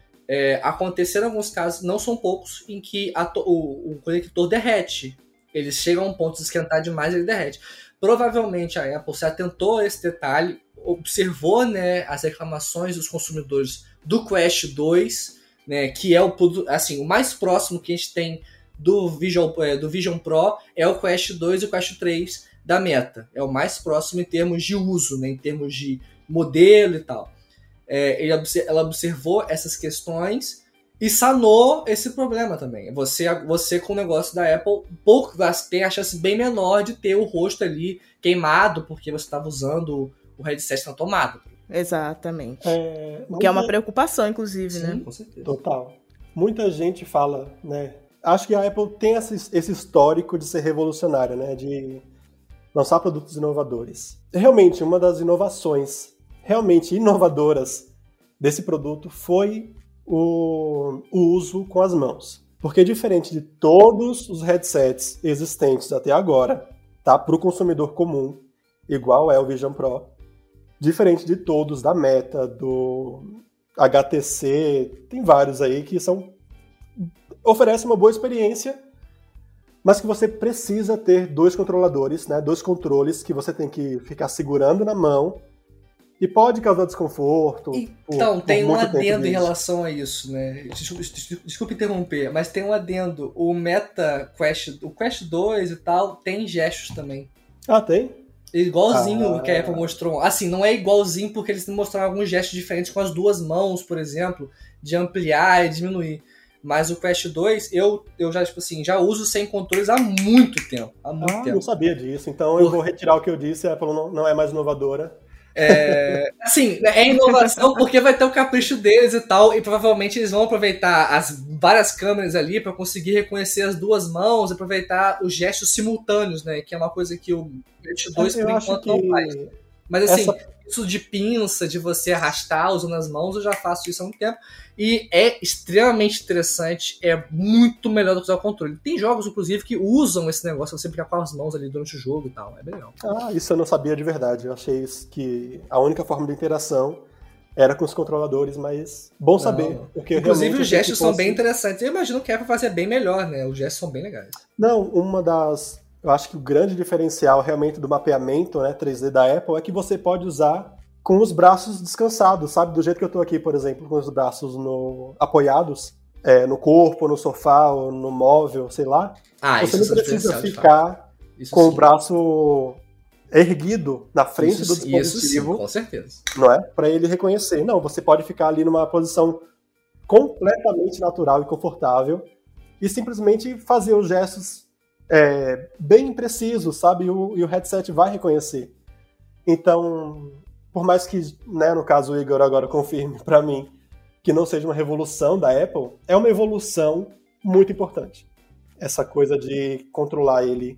É, aconteceram alguns casos, não são poucos, em que a to- o, o conector derrete. Ele chega a um ponto de esquentar demais e ele derrete. Provavelmente a Apple se atentou a esse detalhe, observou, né, as reclamações dos consumidores do Quest dois, né, que é o, assim, o mais próximo que a gente tem do Vision, é, do Vision Pro é o Quest dois e o Quest três da Meta. É o mais próximo em termos de uso, né, em termos de modelo e tal. É, ele, ela observou essas questões e sanou esse problema também. Você, você com o negócio da Apple, pouco, tem a chance bem menor de ter o rosto ali queimado porque você estava usando o headset na tomada. Exatamente. É, o que é uma preocupação, inclusive, sim, né? Com certeza. Total. Muita gente fala, né? Acho que a Apple tem esse, esse histórico de ser revolucionária, né? De lançar produtos inovadores. Realmente, uma das inovações realmente inovadoras desse produto foi o, o uso com as mãos. Porque diferente de todos os headsets existentes até agora, tá? Para o consumidor comum, igual é o Vision Pro, diferente de todos da Meta, do H T C, tem vários aí que são oferecem uma boa experiência, mas que você precisa ter dois controladores, né? Dois controles que você tem que ficar segurando na mão. E pode causar desconforto. Então, por, tem por um muito adendo em relação a isso, né? Desculpa, desculpa interromper, mas tem um adendo. O Meta Quest, o Quest dois e tal, tem gestos também. Ah, tem? Igualzinho ah. que a Apple mostrou. Assim, não é igualzinho porque eles mostraram alguns gestos diferentes com as duas mãos, por exemplo, de ampliar e diminuir. Mas o Quest dois, eu, eu já, tipo assim, já uso sem controles há muito tempo. Há muito ah, tempo. não sabia disso. Então por... eu vou retirar o que eu disse, a Apple não, não é mais inovadora. É, assim, é inovação porque vai ter o capricho deles e tal, e provavelmente eles vão aproveitar as várias câmeras ali para conseguir reconhecer as duas mãos, aproveitar os gestos simultâneos, né? Que é uma coisa que o Quest dois por enquanto não faz. Mas assim, essa... isso de pinça, de você arrastar usando as mãos, eu já faço isso há um tempo. E é extremamente interessante, é muito melhor do que usar o controle. Tem jogos, inclusive, que usam esse negócio, você ficar com as mãos ali durante o jogo e tal. É bem legal. Ah, isso eu não sabia de verdade. Eu achei que a única forma de interação era com os controladores, mas bom saber. Não. Porque inclusive, os gestos fosse... são bem interessantes. Eu imagino que a Apple vai fazer bem melhor, né? Os gestos são bem legais. Não, uma das... Eu acho que o grande diferencial realmente do mapeamento, né, três D da Apple é que você pode usar com os braços descansados, sabe? Do jeito que eu tô aqui, por exemplo, com os braços no, apoiados, é, no corpo, no sofá, ou no móvel, sei lá. Ah, você isso não é precisa diferencial, de ficar Isso com sim. o braço erguido na frente Isso, do dispositivo, isso sim, com certeza. não é? Para ele reconhecer. Não, você pode ficar ali numa posição completamente natural e confortável e simplesmente fazer os gestos é, bem precisos, sabe? E o, e o headset vai reconhecer. Então, por mais que, né, no caso o Igor agora confirme para mim que não seja uma revolução da Apple, é uma evolução muito importante. Essa coisa de controlar ele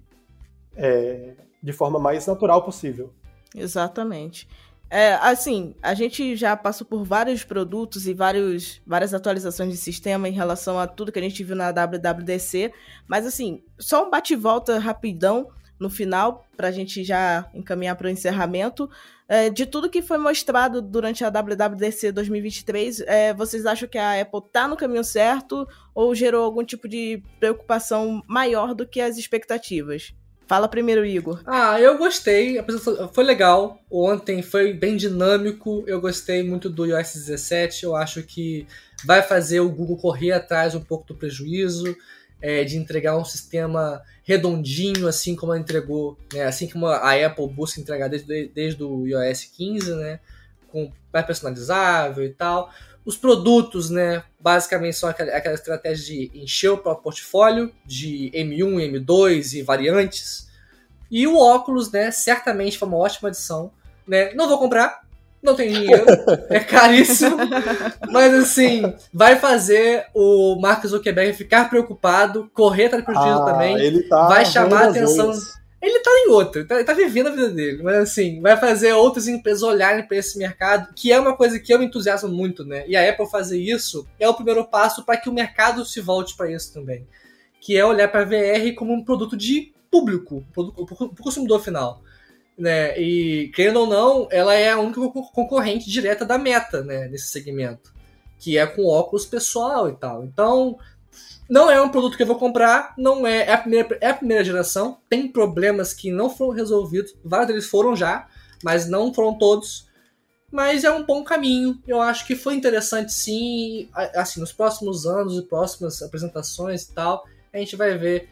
é, de forma mais natural possível. Exatamente. É, assim, a gente já passou por vários produtos e vários, várias atualizações de sistema em relação a tudo que a gente viu na W W D C, mas assim, só um bate-volta rapidão no final, para a gente já encaminhar para o encerramento. É, de tudo que foi mostrado durante a W W D C dois mil e vinte e três, é, vocês acham que a Apple está no caminho certo ou gerou algum tipo de preocupação maior do que as expectativas? Fala primeiro, Igor. Ah, eu gostei, a apresentação foi legal. Ontem foi bem dinâmico, eu gostei muito do i O S dezessete. Eu acho que vai fazer o Google correr atrás um pouco do prejuízo, é, de entregar um sistema redondinho, assim como ela entregou, né, assim como a Apple busca entregar desde, desde o i O S quinze, né, com mais personalizável e tal. Os produtos, né, basicamente são aquela, aquela estratégia de encher o próprio portfólio de M um, M dois e variantes. E o óculos, né, certamente foi uma ótima adição, né? Não vou comprar, não tenho dinheiro, é caríssimo. Mas assim, vai fazer o Mark Zuckerberg ficar preocupado, correr atrás do prejuízo Ah, também. ele tá Vai chamar a atenção. unhas. Ele tá em outro, ele tá, ele tá vivendo a vida dele, mas assim, vai fazer outras empresas olharem para esse mercado, que é uma coisa que eu me entusiasmo muito, né? E a Apple fazer isso é o primeiro passo para que o mercado se volte para isso também, que é olhar para a V R como um produto de público, para o consumidor final, né? E, querendo ou não, ela é a única concorrente direta da Meta, né, nesse segmento, que é com óculos pessoal e tal. Então, não é um produto que eu vou comprar, não é, é, a primeira, é a primeira geração, tem problemas que não foram resolvidos, vários deles foram já, mas não foram todos, mas é um bom caminho, eu acho que foi interessante sim, assim, nos próximos anos e próximas apresentações e tal, a gente vai ver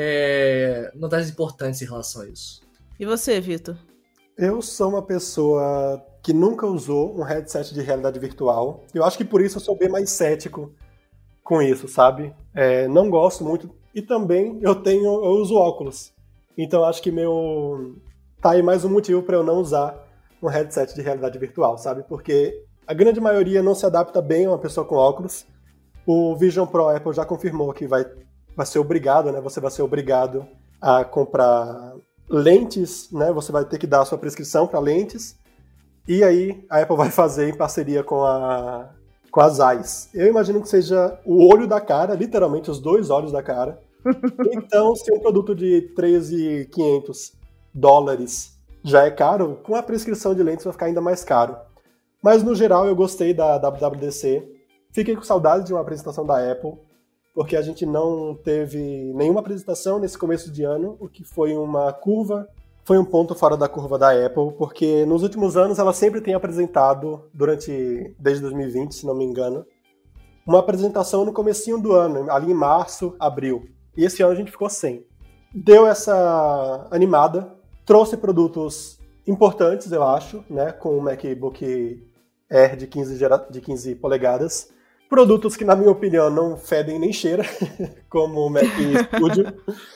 é, novidades importantes em relação a isso. E você, Vitor? Eu sou uma pessoa que nunca usou um headset de realidade virtual, eu acho que por isso eu sou bem mais cético com isso, sabe? É, não gosto muito. E também eu tenho, eu uso óculos. Então acho que meu tá aí mais um motivo para eu não usar um headset de realidade virtual, sabe? Porque a grande maioria não se adapta bem a uma pessoa com óculos. O Vision Pro Apple já confirmou que vai, vai ser obrigado, né? Você vai ser obrigado a comprar lentes, né? Você vai ter que dar a sua prescrição para lentes. E aí a Apple vai fazer em parceria com a com as eyes. Eu imagino que seja o olho da cara, literalmente os dois olhos da cara. Então, se um produto de treze mil e quinhentos dólares já é caro, com a prescrição de lentes vai ficar ainda mais caro. Mas, no geral, eu gostei da W W D C. Fiquei com saudade de uma apresentação da Apple, porque a gente não teve nenhuma apresentação nesse começo de ano, o que foi uma curva, foi um ponto fora da curva da Apple, porque nos últimos anos ela sempre tem apresentado, durante desde dois mil e vinte, se não me engano, uma apresentação no comecinho do ano, ali em março, abril. E esse ano a gente ficou sem. Deu essa animada, trouxe produtos importantes, eu acho, né, com o MacBook Air de quinze, gera... de quinze polegadas. Produtos que, na minha opinião, não fedem nem cheira, como o Mac Studio,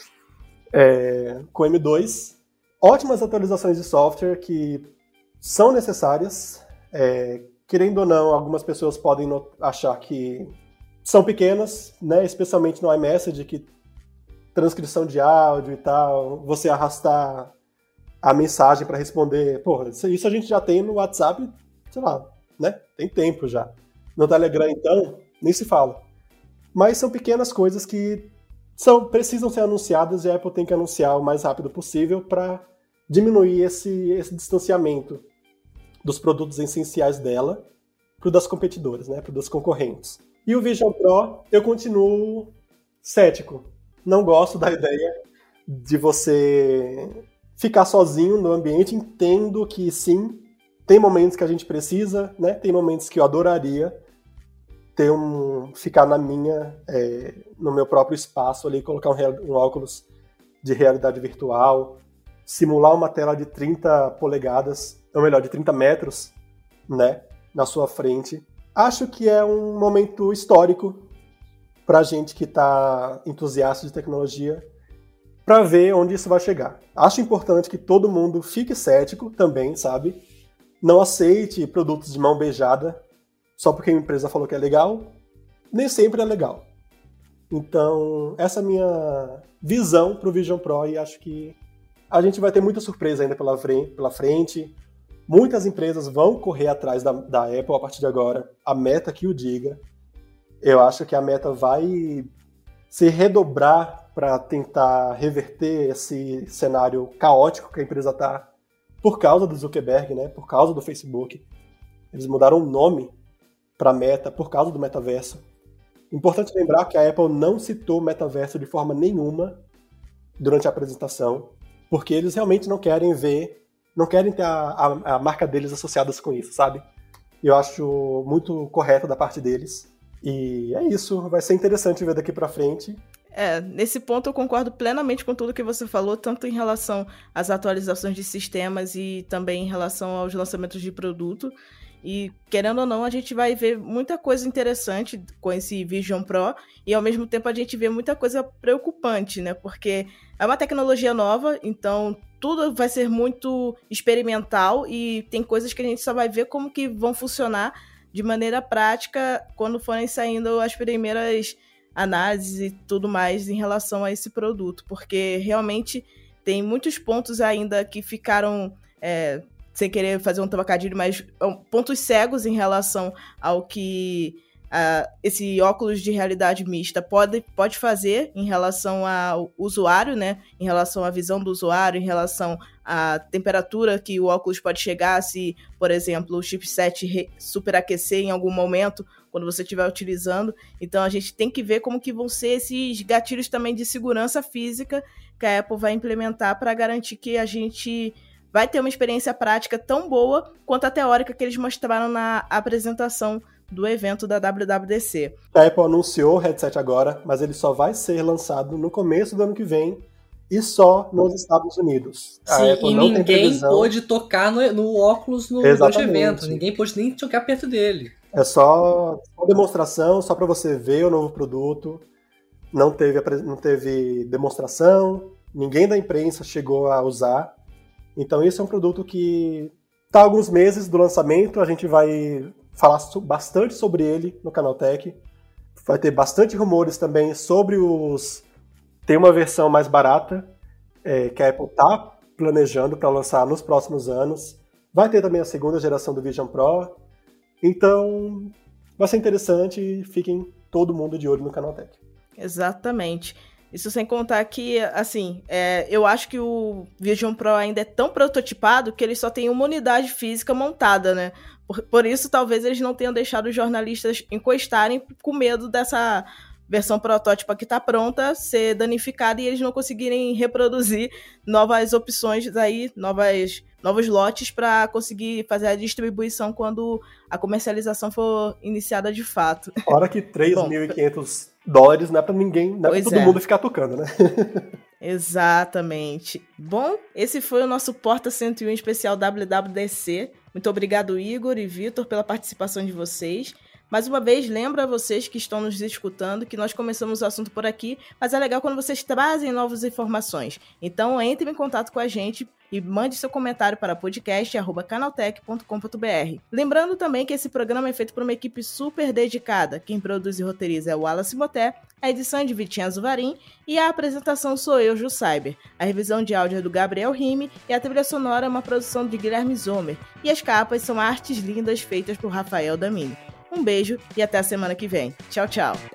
é... com M dois. Ótimas atualizações de software que são necessárias. É, querendo ou não, algumas pessoas podem achar que são pequenas, né? Especialmente no iMessage, que transcrição de áudio e tal, você arrastar a mensagem para responder. Porra, isso a gente já tem no WhatsApp, sei lá, né? Tem tempo já. No Telegram, então, nem se fala. Mas são pequenas coisas que são, precisam ser anunciadas e a Apple tem que anunciar o mais rápido possível para diminuir esse, esse distanciamento dos produtos essenciais dela para o das competidoras, né, para o das concorrentes. E o Vision Pro, eu continuo cético. Não gosto da ideia de você ficar sozinho no ambiente. Entendo que sim, Tem momentos que a gente precisa, né? Tem momentos que eu adoraria ter um, ficar na minha, é, no meu próprio espaço ali, colocar um, um óculos de realidade virtual, simular uma tela de trinta polegadas, ou melhor, de trinta metros, né, na sua frente. Acho que é um momento histórico para gente que está entusiasta de tecnologia, para ver onde isso vai chegar. Acho importante que todo mundo fique cético também, sabe? Não aceite produtos de mão beijada só porque a empresa falou que é legal. Nem sempre é legal. Então, essa é a minha visão para o Vision Pro e acho que a gente vai ter muita surpresa ainda pela frente. Muitas empresas vão correr atrás da, da Apple a partir de agora. A Meta que o diga. Eu acho que a Meta vai se redobrar para tentar reverter esse cenário caótico que a empresa está por causa do Zuckerberg, né? Por causa do Facebook. Eles mudaram o nome para Meta por causa do metaverso. Importante lembrar que a Apple não citou metaverso de forma nenhuma durante a apresentação, porque eles realmente não querem ver, não querem ter a, a, a marca deles associadas com isso, sabe? Eu acho muito correto da parte deles. E é isso, vai ser interessante ver daqui pra frente. É, nesse ponto eu concordo plenamente com tudo que você falou, tanto em relação às atualizações de sistemas e também em relação aos lançamentos de produto. E, querendo ou não, a gente vai ver muita coisa interessante com esse Vision Pro e, ao mesmo tempo, a gente vê muita coisa preocupante, né? Porque é uma tecnologia nova, então tudo vai ser muito experimental e tem coisas que a gente só vai ver como que vão funcionar de maneira prática quando forem saindo as primeiras análises e tudo mais em relação a esse produto, porque realmente tem muitos pontos ainda que ficaram... É, sem querer fazer um trocadilho, mas pontos cegos em relação ao que uh, esse óculos de realidade mista pode, pode fazer em relação ao usuário, né? Em relação à visão do usuário, em relação à temperatura que o óculos pode chegar se, por exemplo, o chipset superaquecer em algum momento, quando você estiver utilizando. Então, a gente tem que ver como que vão ser esses gatilhos também de segurança física que a Apple vai implementar para garantir que a gente... vai ter uma experiência prática tão boa quanto a teórica que eles mostraram na apresentação do evento da W W D C. A Apple anunciou o headset agora, mas ele só vai ser lançado no começo do ano que vem e só nos Estados Unidos. Sim, a Apple e não ninguém tem previsão... pôde tocar no, no óculos no evento. Ninguém pôde nem tocar perto dele. É só uma demonstração, só para você ver o novo produto. Não teve, não teve demonstração, ninguém da imprensa chegou a usar. Então esse é um produto que está há alguns meses do lançamento, a gente vai falar bastante sobre ele no Canaltech. Vai ter bastante rumores também sobre os... Tem uma versão mais barata é, que a Apple está planejando para lançar nos próximos anos. Vai ter também a segunda geração do Vision Pro. Então vai ser interessante, fiquem todo mundo de olho no Canaltech. Exatamente. Isso sem contar que, assim, é, eu acho que o Vision Pro ainda é tão prototipado que ele só tem uma unidade física montada, né? Por, por isso, talvez eles não tenham deixado os jornalistas encostarem com medo dessa versão protótipa que está pronta ser danificada e eles não conseguirem reproduzir novas opções, aí, novas, novos lotes para conseguir fazer a distribuição quando a comercialização for iniciada de fato. Fora que três mil e quinhentos dólares não é para ninguém, não é para todo é. mundo ficar tocando, né? Exatamente. Bom, esse foi o nosso Porta cento e um especial W W D C. Muito obrigado, Igor e Vitor, pela participação de vocês. Mais uma vez, lembro a vocês que estão nos escutando que nós começamos o assunto por aqui, mas é legal quando vocês trazem novas informações. Então, entre em contato com a gente e mande seu comentário para podcast arroba canaltech ponto com ponto b r. Lembrando também que esse programa é feito por uma equipe super dedicada. Quem produz e roteiriza é o Wallace Moté, a edição é de Vitinha Zuvarim e a apresentação sou eu, Ju Cyber. A revisão de áudio é do Gabriel Rime e a trilha sonora é uma produção de Guilherme Zomer. E as capas são artes lindas feitas por Rafael Damini. Um beijo e até a semana que vem. Tchau, tchau.